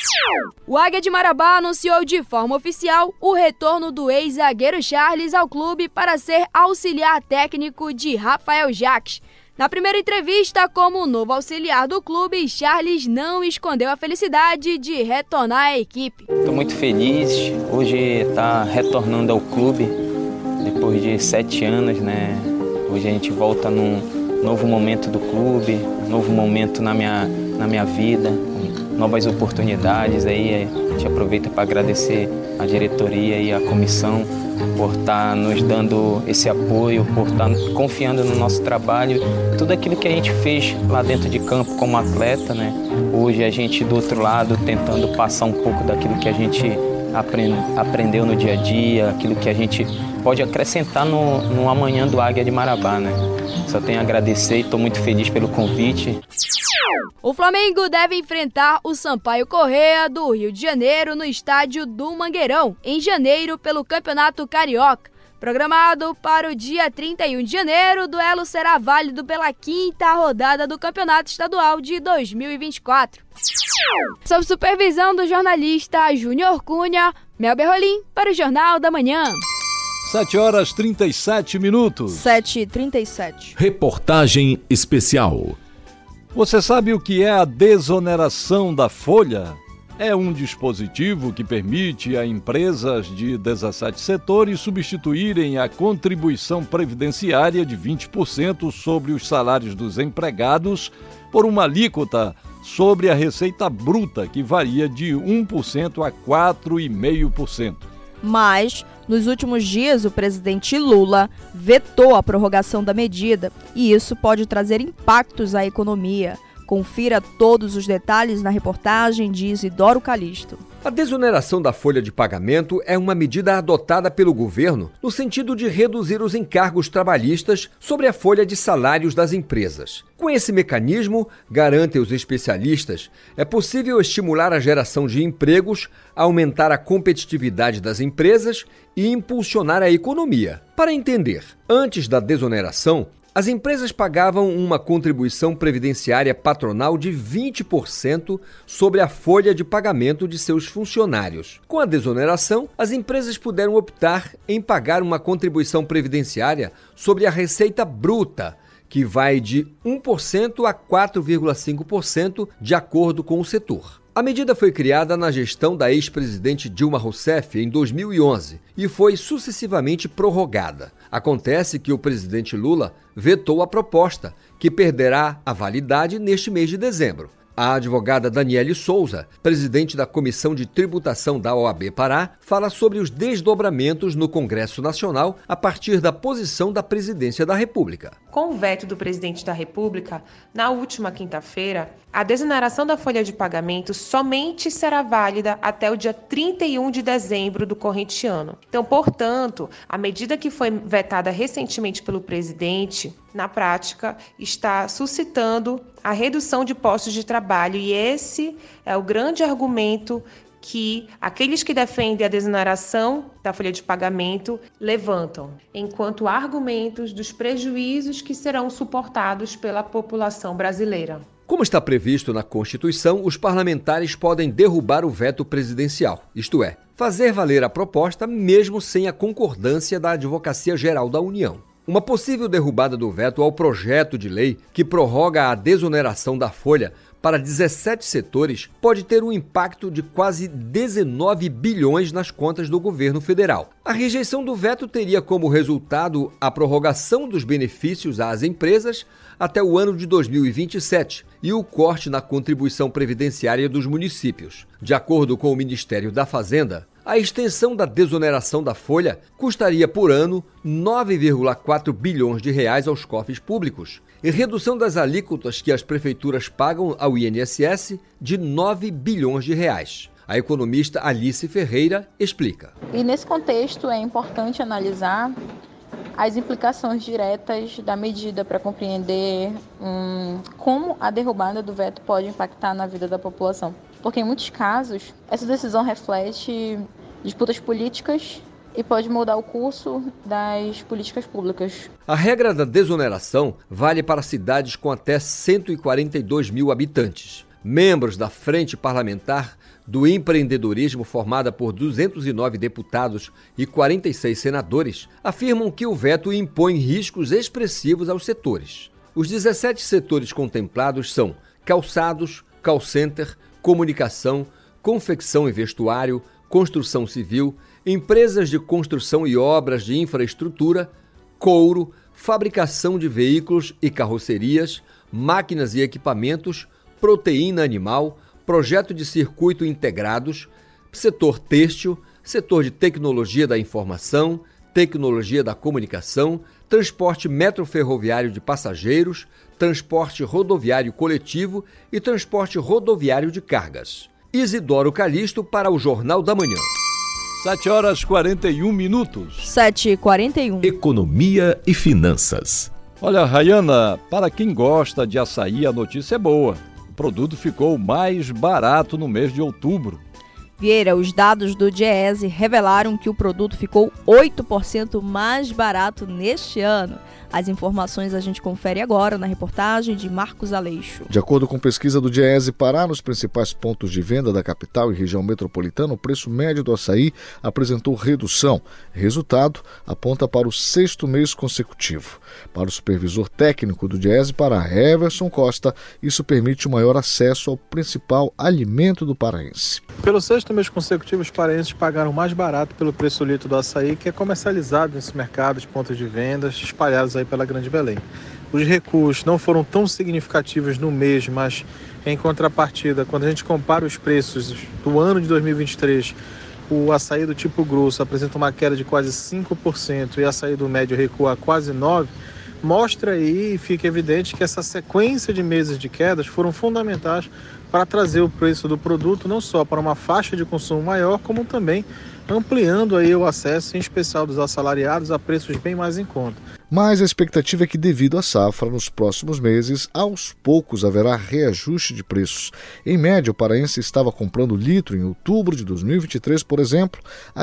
O Águia de Marabá anunciou de forma oficial o retorno do ex-zagueiro Charles ao clube para ser auxiliar técnico de Rafael Jacques. Na primeira entrevista como novo auxiliar do clube, Charles não escondeu a felicidade de retornar à equipe. Estou muito feliz hoje estar retornando ao clube depois de 7 anos, né? Hoje a gente volta num novo momento do clube, um novo momento na minha vida, novas oportunidades. Aí a gente aproveita para agradecer a diretoria e a comissão por estar nos dando esse apoio, por estar confiando no nosso trabalho, tudo aquilo que a gente fez lá dentro de campo como atleta, né? Hoje a gente do outro lado tentando passar um pouco daquilo que a gente aprendeu no dia a dia, aquilo que a gente pode acrescentar no amanhã do Águia de Marabá, né? Só tenho a agradecer e estou muito feliz pelo convite. O Flamengo deve enfrentar o Sampaio Corrêa do Rio de Janeiro no estádio do Mangueirão, em janeiro, pelo Campeonato Carioca. Programado para o dia 31 de janeiro, o duelo será válido pela 5ª rodada do Campeonato Estadual de 2024. Sob supervisão do jornalista Júnior Cunha, Mel Berrolim para o Jornal da Manhã. 7h37. 7h37. Reportagem especial. Você sabe o que é a desoneração da folha? É um dispositivo que permite a empresas de 17 setores substituírem a contribuição previdenciária de 20% sobre os salários dos empregados por uma alíquota sobre a receita bruta, que varia de 1% a 4,5%. Mas, nos últimos dias, o presidente Lula vetou a prorrogação da medida e isso pode trazer impactos à economia. Confira todos os detalhes na reportagem de Isidoro Calixto. A desoneração da folha de pagamento é uma medida adotada pelo governo no sentido de reduzir os encargos trabalhistas sobre a folha de salários das empresas. Com esse mecanismo, garantem os especialistas, é possível estimular a geração de empregos, aumentar a competitividade das empresas e impulsionar a economia. Para entender, antes da desoneração, as empresas pagavam uma contribuição previdenciária patronal de 20% sobre a folha de pagamento de seus funcionários. Com a desoneração, as empresas puderam optar em pagar uma contribuição previdenciária sobre a receita bruta, que vai de 1% a 4,5% de acordo com o setor. A medida foi criada na gestão da ex-presidente Dilma Rousseff em 2011 e foi sucessivamente prorrogada. Acontece que o presidente Lula vetou a proposta, que perderá a validade neste mês de dezembro. A advogada Daniele Souza, presidente da Comissão de Tributação da OAB Pará, fala sobre os desdobramentos no Congresso Nacional a partir da posição da Presidência da República. Com o veto do presidente da República, na última quinta-feira, a desoneração da folha de pagamento somente será válida até o dia 31 de dezembro do corrente ano. Então, portanto, a medida que foi vetada recentemente pelo presidente, na prática, está suscitando a redução de postos de trabalho, e esse é o grande argumento que aqueles que defendem a desoneração da folha de pagamento levantam, enquanto argumentos dos prejuízos que serão suportados pela população brasileira. Como está previsto na Constituição, os parlamentares podem derrubar o veto presidencial, isto é, fazer valer a proposta mesmo sem a concordância da Advocacia Geral da União. Uma possível derrubada do veto ao projeto de lei que prorroga a desoneração da folha para 17 setores pode ter um impacto de quase 19 bilhões nas contas do governo federal. A rejeição do veto teria como resultado a prorrogação dos benefícios às empresas até o ano de 2027 e o corte na contribuição previdenciária dos municípios. De acordo com o Ministério da Fazenda, a extensão da desoneração da folha custaria por ano 9,4 bilhões de reais aos cofres públicos e redução das alíquotas que as prefeituras pagam ao INSS de 9 bilhões de reais. A economista Alice Ferreira explica. E nesse contexto é importante analisar as implicações diretas da medida para compreender como a derrubada do veto pode impactar na vida da população. Porque em muitos casos, essa decisão reflete disputas políticas e pode mudar o curso das políticas públicas. A regra da desoneração vale para cidades com até 142 mil habitantes. Membros da Frente Parlamentar do Empreendedorismo, formada por 209 deputados e 46 senadores, afirmam que o veto impõe riscos expressivos aos setores. Os 17 setores contemplados são calçados, call center, comunicação, confecção e vestuário, construção civil, empresas de construção e obras de infraestrutura, couro, fabricação de veículos e carrocerias, máquinas e equipamentos, proteína animal, projeto de circuito integrados, setor têxtil, setor de tecnologia da informação, tecnologia da comunicação, transporte metroferroviário de passageiros, transporte rodoviário coletivo e transporte rodoviário de cargas. Isidoro Calixto para o Jornal da Manhã. 7h41. 7h41. Economia e finanças. Olha, Rayana, para quem gosta de açaí, a notícia é boa. O produto ficou mais barato no mês de outubro. Vieira, os dados do Diese revelaram que o produto ficou 8% mais barato neste ano. As informações a gente confere agora na reportagem de Marcos Aleixo. De acordo com pesquisa do Diese Pará, nos principais pontos de venda da capital e região metropolitana, o preço médio do açaí apresentou redução. Resultado aponta para o 6º mês consecutivo. Para o supervisor técnico do Diese Pará, Everson Costa, isso permite um maior acesso ao principal alimento do paraense. Pelo 6º mês consecutivo, os paraenses pagaram mais barato pelo preço litro do açaí, que é comercializado nesses mercados, pontos de vendas, espalhados aí pela Grande Belém. Os recuos não foram tão significativos no mês, mas em contrapartida, quando a gente compara os preços do ano de 2023, o açaí do tipo grosso apresenta uma queda de quase 5% e o açaí do médio recua quase 9%, mostra aí e fica evidente que essa sequência de meses de quedas foram fundamentais para trazer o preço do produto não só para uma faixa de consumo maior, como também ampliando aí o acesso, em especial dos assalariados, a preços bem mais em conta. Mas a expectativa é que, devido à safra, nos próximos meses, aos poucos haverá reajuste de preços. Em média, o paraense estava comprando litro em outubro de 2023, por exemplo, a R$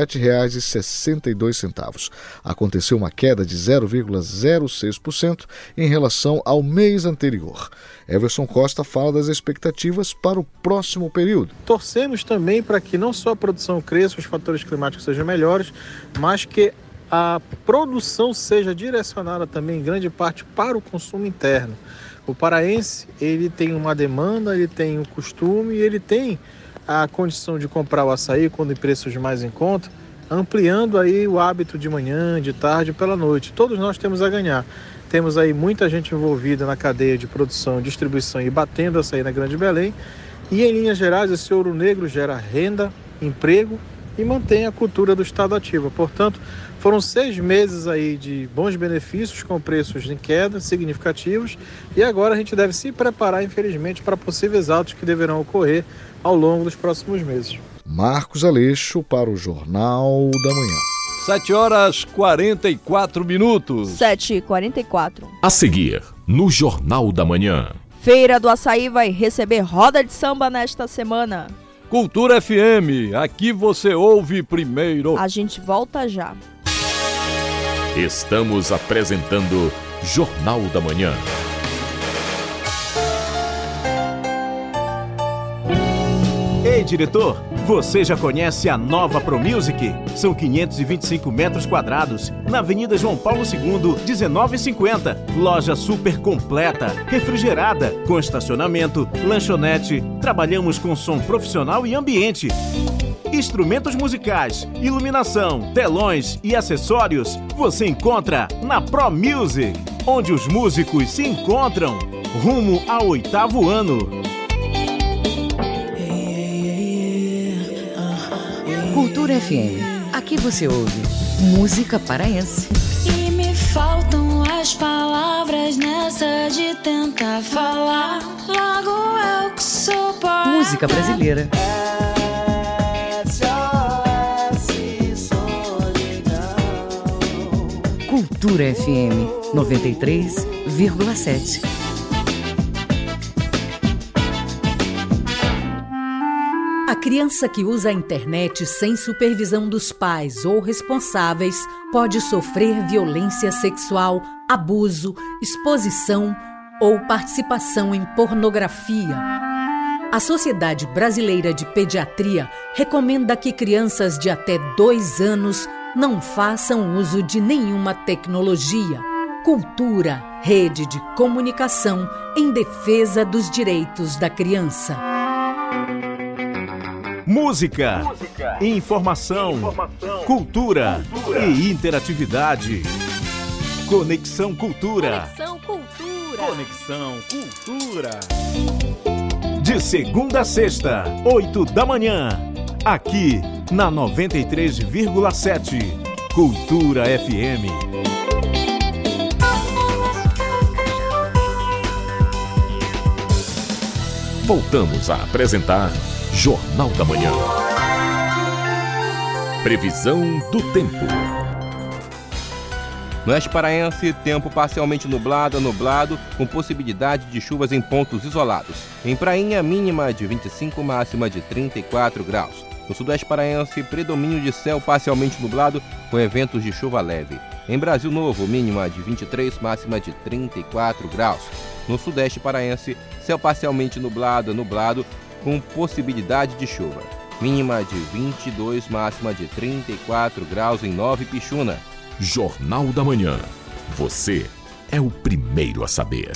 17,62. Aconteceu uma queda de 0,06% em relação ao mês anterior. Everson Costa fala das expectativas para o próximo período. Torcemos também para que não só a produção cresça, os fatores climáticos sejam melhores, mas que a produção seja direcionada também em grande parte para o consumo interno. O paraense, ele tem uma demanda, ele tem um costume, ele tem a condição de comprar o açaí quando em preços mais em conta, ampliando aí o hábito de manhã, de tarde, pela noite. Todos nós temos a ganhar. Temos aí muita gente envolvida na cadeia de produção, distribuição e batendo açaí na Grande Belém. E em linhas gerais, esse ouro negro gera renda, emprego e mantém a cultura do estado ativa. Portanto, foram 6 meses aí de bons benefícios com preços em queda significativos e agora a gente deve se preparar, infelizmente, para possíveis altos que deverão ocorrer ao longo dos próximos meses. Marcos Aleixo para o Jornal da Manhã. 7h44. 7h44. A seguir, no Jornal da Manhã. Feira do Açaí vai receber roda de samba nesta semana. Cultura FM, aqui você ouve primeiro. A gente volta já. Estamos apresentando Jornal da Manhã. Ei, diretor, você já conhece a nova ProMusic? São 525 metros quadrados, na Avenida João Paulo II, 1950. Loja super completa, refrigerada, com estacionamento, lanchonete. Trabalhamos com som profissional e ambiente. Instrumentos musicais, iluminação, telões e acessórios você encontra na ProMusic, onde os músicos se encontram. Rumo ao 8º ano. Cultura FM. Aqui você ouve música paraense. E me faltam as palavras nessa de tentar falar. Logo eu que sou poeta. Música brasileira. Cultura FM 93,7. A criança que usa a internet sem supervisão dos pais ou responsáveis pode sofrer violência sexual, abuso, exposição ou participação em pornografia. A Sociedade Brasileira de Pediatria recomenda que crianças de até 2 anos não façam uso de nenhuma tecnologia. Cultura, rede de comunicação em defesa dos direitos da criança. Música, informação, cultura e interatividade. Conexão Cultura. Conexão Cultura. De segunda a sexta, 8 da manhã. Aqui na 93,7. Cultura FM. Voltamos a apresentar Jornal da Manhã. Previsão do tempo. No oeste paraense, tempo parcialmente nublado a nublado, com possibilidade de chuvas em pontos isolados. Em Prainha, mínima de 25, máxima de 34 graus. No sudoeste paraense, predomínio de céu parcialmente nublado, com eventos de chuva leve. Em Brasil Novo, mínima de 23, máxima de 34 graus. No sudeste paraense, céu parcialmente nublado a nublado, com possibilidade de chuva. Mínima de 22, máxima de 34 graus em Nova Ipixuna. Jornal da Manhã. Você é o primeiro a saber.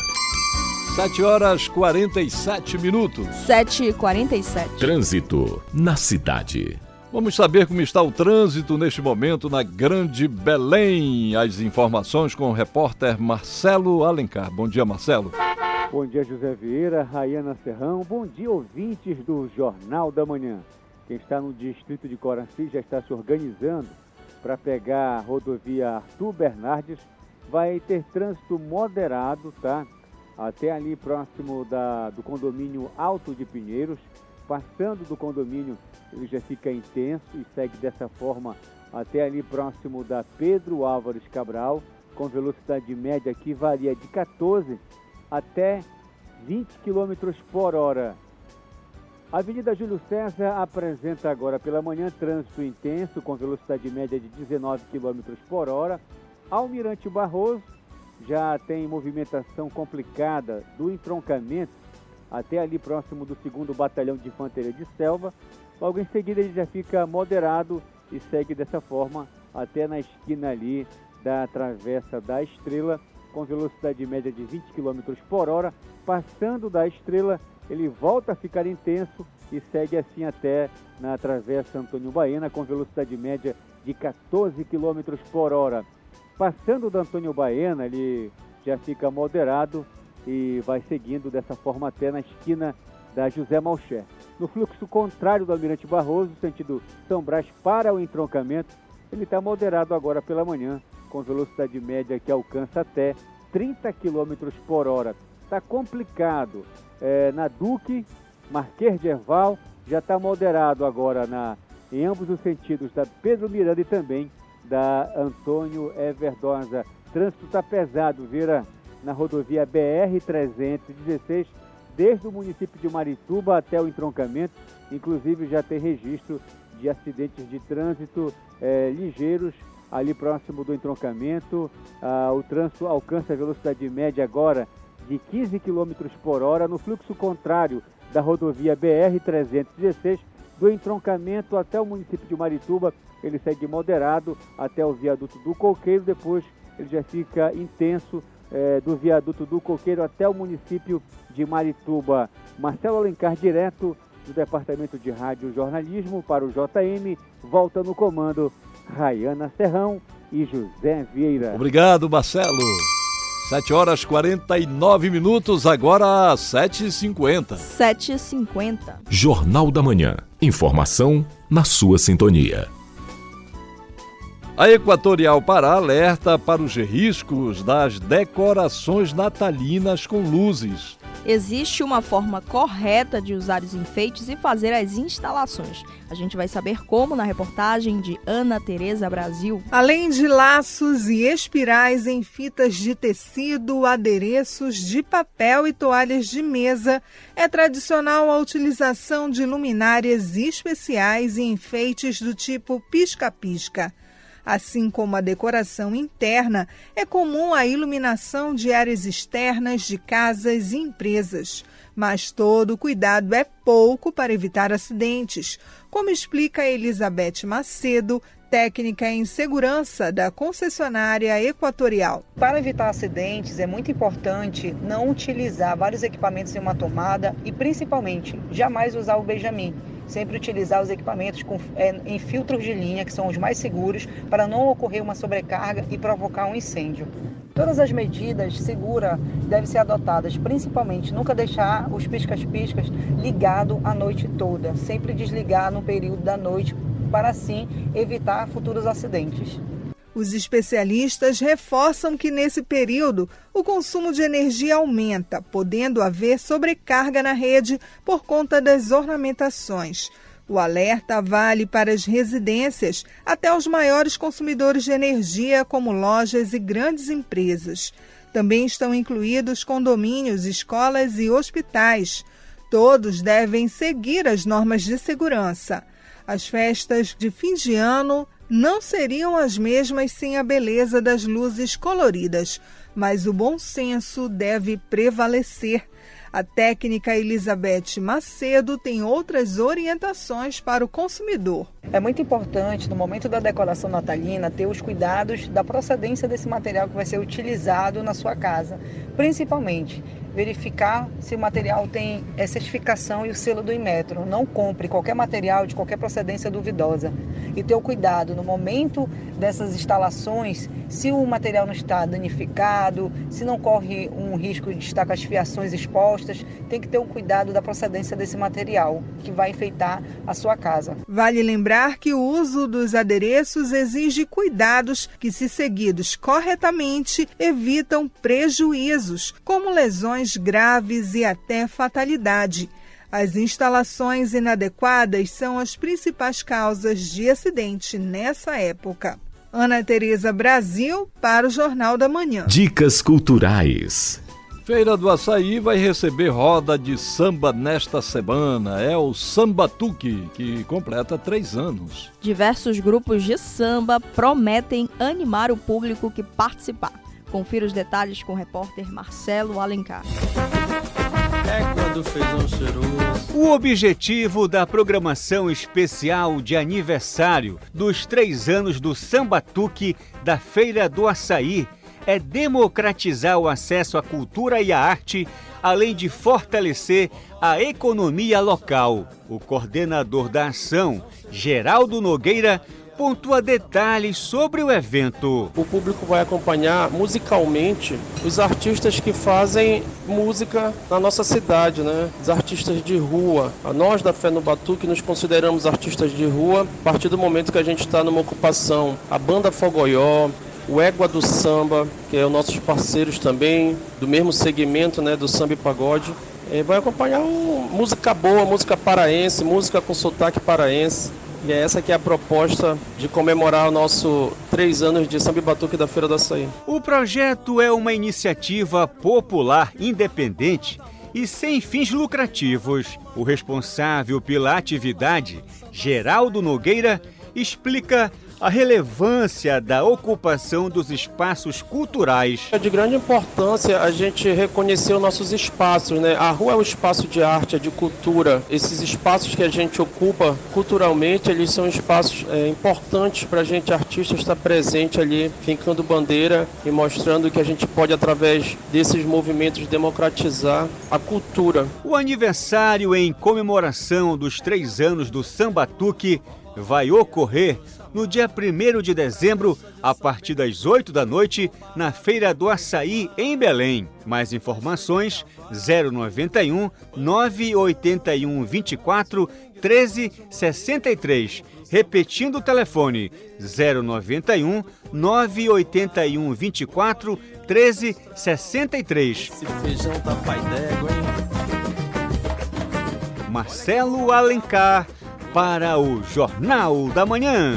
7h47. 7h47. Trânsito na cidade. Vamos saber como está o trânsito neste momento na Grande Belém. As informações com o repórter Marcelo Alencar. Bom dia, Marcelo. Bom dia, José Vieira, Rayana Serrão. Bom dia, ouvintes do Jornal da Manhã. Quem está no distrito de Coraci já está se organizando para pegar a rodovia Arthur Bernardes. Vai ter trânsito moderado, tá? Até ali próximo do condomínio Alto de Pinheiros. Passando do condomínio, ele já fica intenso e segue dessa forma até ali próximo da Pedro Álvares Cabral, com velocidade média que varia de 14 até 20 km por hora. A Avenida Júlio César apresenta agora pela manhã trânsito intenso com velocidade média de 19 km por hora. Almirante Barroso já tem movimentação complicada do entroncamento até ali próximo do 2º Batalhão de Infantaria de Selva. Logo em seguida ele já fica moderado e segue dessa forma até na esquina ali da Travessa da Estrela, com velocidade média de 20 km por hora. Passando da Estrela, ele volta a ficar intenso e segue assim até na Travessa Antônio Baena, com velocidade média de 14 km por hora. Passando da Antônio Baena, ele já fica moderado e vai seguindo dessa forma até na esquina da José Malcher. No fluxo contrário do Almirante Barroso, sentido São Brás para o entroncamento, ele está moderado agora pela manhã, com velocidade média que alcança até 30 km por hora. Está complicado. Na Duque, Marquês de Herval, já está moderado agora em ambos os sentidos, da Pedro Miranda e também da Antônio Everdosa. Trânsito está pesado, Vira, na rodovia BR-316, desde o município de Marituba até o entroncamento. Inclusive já tem registro de acidentes de trânsito ligeiros ali próximo do entroncamento. O trânsito alcança a velocidade média agora de 15 km por hora no fluxo contrário da rodovia BR-316, do entroncamento até o município de Marituba. Ele segue moderado até o viaduto do Coqueiro, depois ele já fica intenso do viaduto do Coqueiro até o município de Marituba. Marcelo Alencar, direto do Departamento de Rádio e Jornalismo para o JM, volta no comando Rayana Serrão e José Vieira. Obrigado, Marcelo. 7h49, agora 7h50. 7h50. Jornal da Manhã. Informação na sua sintonia. A Equatorial Pará alerta para os riscos das decorações natalinas com luzes. Existe uma forma correta de usar os enfeites e fazer as instalações. A gente vai saber como na reportagem de Ana Tereza Brasil. Além de laços e espirais em fitas de tecido, adereços de papel e toalhas de mesa, é tradicional a utilização de luminárias especiais e enfeites do tipo pisca-pisca. Assim como a decoração interna, é comum a iluminação de áreas externas de casas e empresas. Mas todo cuidado é pouco para evitar acidentes, como explica Elizabeth Macedo, técnica em segurança da concessionária Equatorial. Para evitar acidentes, é muito importante não utilizar vários equipamentos em uma tomada e, principalmente, jamais usar o Benjamin. Sempre utilizar os equipamentos em filtros de linha, que são os mais seguros, para não ocorrer uma sobrecarga e provocar um incêndio. Todas as medidas seguras devem ser adotadas, principalmente nunca deixar os piscas-piscas ligados a noite toda, sempre desligar no período da noite, para assim evitar futuros acidentes. Os especialistas reforçam que nesse período o consumo de energia aumenta, podendo haver sobrecarga na rede por conta das ornamentações. O alerta vale para as residências até os maiores consumidores de energia, como lojas e grandes empresas. Também estão incluídos condomínios, escolas e hospitais. Todos devem seguir as normas de segurança. As festas de fim de ano não seriam as mesmas sem a beleza das luzes coloridas, mas o bom senso deve prevalecer. A técnica Elizabeth Macedo tem outras orientações para o consumidor. É muito importante, no momento da decoração natalina, ter os cuidados da procedência desse material que vai ser utilizado na sua casa. Principalmente, verificar se o material tem certificação e o selo do Inmetro. Não compre qualquer material de qualquer procedência duvidosa. E ter o cuidado no momento dessas instalações, se o material não está danificado, se não corre um risco de estar com as fiações expostas, tem que ter o cuidado da procedência desse material, que vai enfeitar a sua casa. Vale lembrar que o uso dos adereços exige cuidados que, se seguidos corretamente, evitam prejuízos, como lesões graves e até fatalidade. As instalações inadequadas são as principais causas de acidente nessa época. Ana Tereza Brasil, para o Jornal da Manhã. Dicas culturais. Feira do Açaí vai receber roda de samba nesta semana. É o Sambatuque, que completa 3 anos. Diversos grupos de samba prometem animar o público que participar. Confira os detalhes com o repórter Marcelo Alencar. O objetivo da programação especial de aniversário dos 3 anos do Sambatuque da Feira do Açaí é democratizar o acesso à cultura e à arte, além de fortalecer a economia local. O coordenador da ação, Geraldo Nogueira, pontua detalhes sobre o evento. O público vai acompanhar musicalmente os artistas que fazem música na nossa cidade, né? Os artistas de rua. Nós da Fé no Batuque nos consideramos artistas de rua a partir do momento que a gente está numa ocupação. A Banda Fogoió, o Égua do Samba, que é os nossos parceiros também, do mesmo segmento, né, do samba e pagode. Vai acompanhar música boa, música paraense, música com sotaque paraense. E é essa que é a proposta de comemorar o nosso 3 anos de Samba e Batuque da Feira do Açaí. O projeto é uma iniciativa popular independente e sem fins lucrativos. O responsável pela atividade, Geraldo Nogueira, explica a relevância da ocupação dos espaços culturais. É de grande importância a gente reconhecer os nossos espaços, né? A rua é um espaço de arte, é de cultura. Esses espaços que a gente ocupa culturalmente, eles são espaços importantes para a gente, artista, estar presente ali, fincando bandeira e mostrando que a gente pode, através desses movimentos, democratizar a cultura. O aniversário em comemoração dos 3 anos do Sambatuque vai ocorrer no dia 1º de dezembro, a partir das 8 da noite, na Feira do Açaí, em Belém. Mais informações, 091 981 24 13 63. Repetindo o telefone, 091 981 24 13 63. Esse feijão tá pai d'égua, hein? Marcelo Alencar, para o Jornal da Manhã.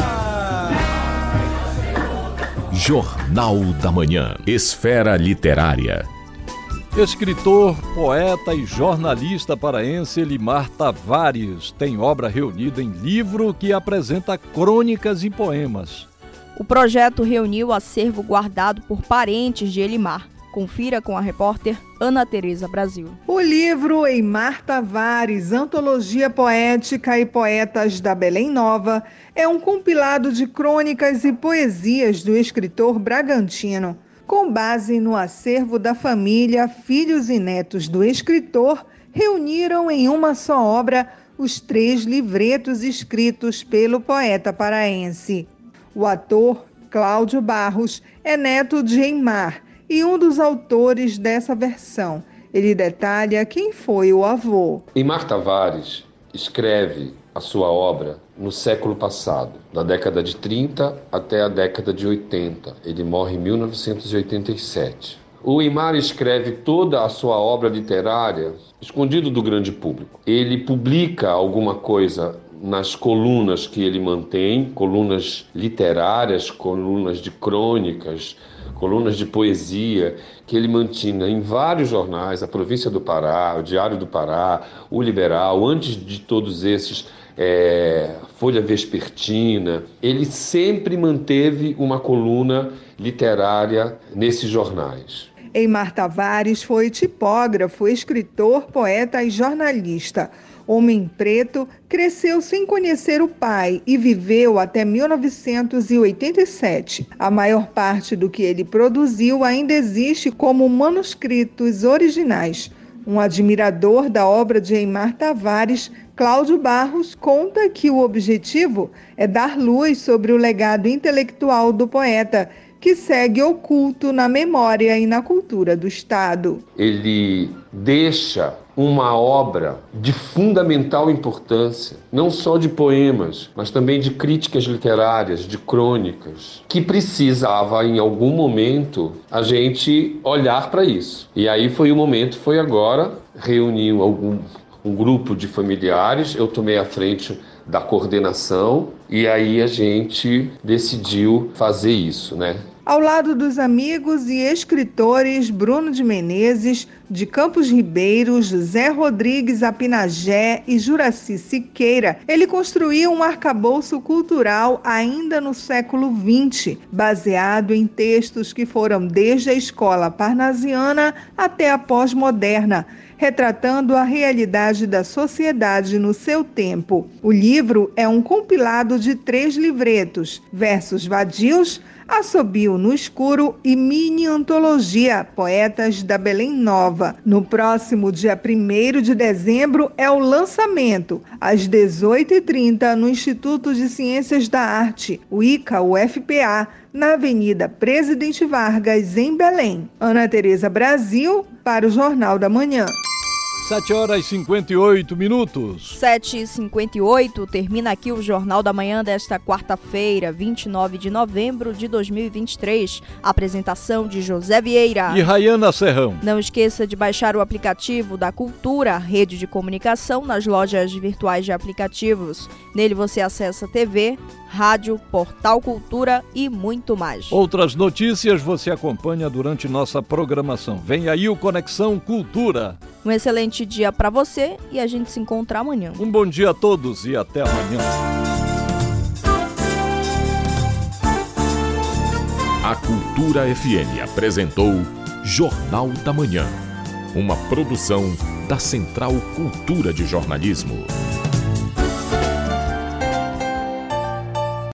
Jornal da Manhã. Esfera Literária. Escritor, poeta e jornalista paraense Elimar Tavares tem obra reunida em livro que apresenta crônicas e poemas. O projeto reuniu o acervo guardado por parentes de Elimar. Confira com a repórter Ana Tereza Brasil. O livro Elimar Tavares, Antologia Poética e Poetas da Belém Nova, é um compilado de crônicas e poesias do escritor bragantino. Com base no acervo da família, filhos e netos do escritor reuniram em uma só obra os 3 livretos escritos pelo poeta paraense. O ator Cláudio Barros é neto de Elimar e um dos autores dessa versão. Ele detalha quem foi o avô. Elimar Tavares escreve a sua obra no século passado, na década de 30 até a década de 80. Ele morre em 1987. O Elimar escreve toda a sua obra literária escondido do grande público. Ele publica alguma coisa nas colunas que ele mantém, colunas literárias, colunas de crônicas, colunas de poesia, que ele mantinha em vários jornais, a Província do Pará, o Diário do Pará, o Liberal, antes de todos esses, Folha Vespertina. Ele sempre manteve uma coluna literária nesses jornais. Elimar Tavares foi tipógrafo, escritor, poeta e jornalista. Homem preto, cresceu sem conhecer o pai e viveu até 1987. A maior parte do que ele produziu ainda existe como manuscritos originais. Um admirador da obra de Elimar Tavares, Cláudio Barros, conta que o objetivo é dar luz sobre o legado intelectual do poeta, que segue oculto na memória e na cultura do Estado. Ele deixa uma obra de fundamental importância, não só de poemas, mas também de críticas literárias, de crônicas, que precisava, em algum momento, a gente olhar para isso. E aí foi agora, reuniu um grupo de familiares, eu tomei a frente da coordenação, e aí a gente decidiu fazer isso, né? Ao lado dos amigos e escritores Bruno de Menezes, de Campos Ribeiro, José Rodrigues Apinagé e Juraci Siqueira, ele construiu um arcabouço cultural ainda no século XX, baseado em textos que foram desde a escola parnasiana até a pós-moderna, retratando a realidade da sociedade no seu tempo. O livro é um compilado de 3 livretos, versos vadios, Assobio no Escuro e Mini Antologia, Poetas da Belém Nova. No próximo dia 1º de dezembro é o lançamento, às 18h30, no Instituto de Ciências da Arte, o ICA-UFPA, na Avenida Presidente Vargas, em Belém. Ana Tereza Brasil, para o Jornal da Manhã. 7h58. 7h58, termina aqui o Jornal da Manhã desta quarta-feira, 29 de novembro de 2023. Apresentação de José Vieira e Rayana Serrão. Não esqueça de baixar o aplicativo da Cultura, rede de comunicação, nas lojas virtuais de aplicativos. Nele você acessa TV, rádio, portal Cultura e muito mais. Outras notícias você acompanha durante nossa programação. Vem aí o Conexão Cultura. Um excelente dia para você e a gente se encontra amanhã. Um bom dia a todos e até amanhã. A Cultura FM apresentou Jornal da Manhã, uma produção da Central Cultura de Jornalismo.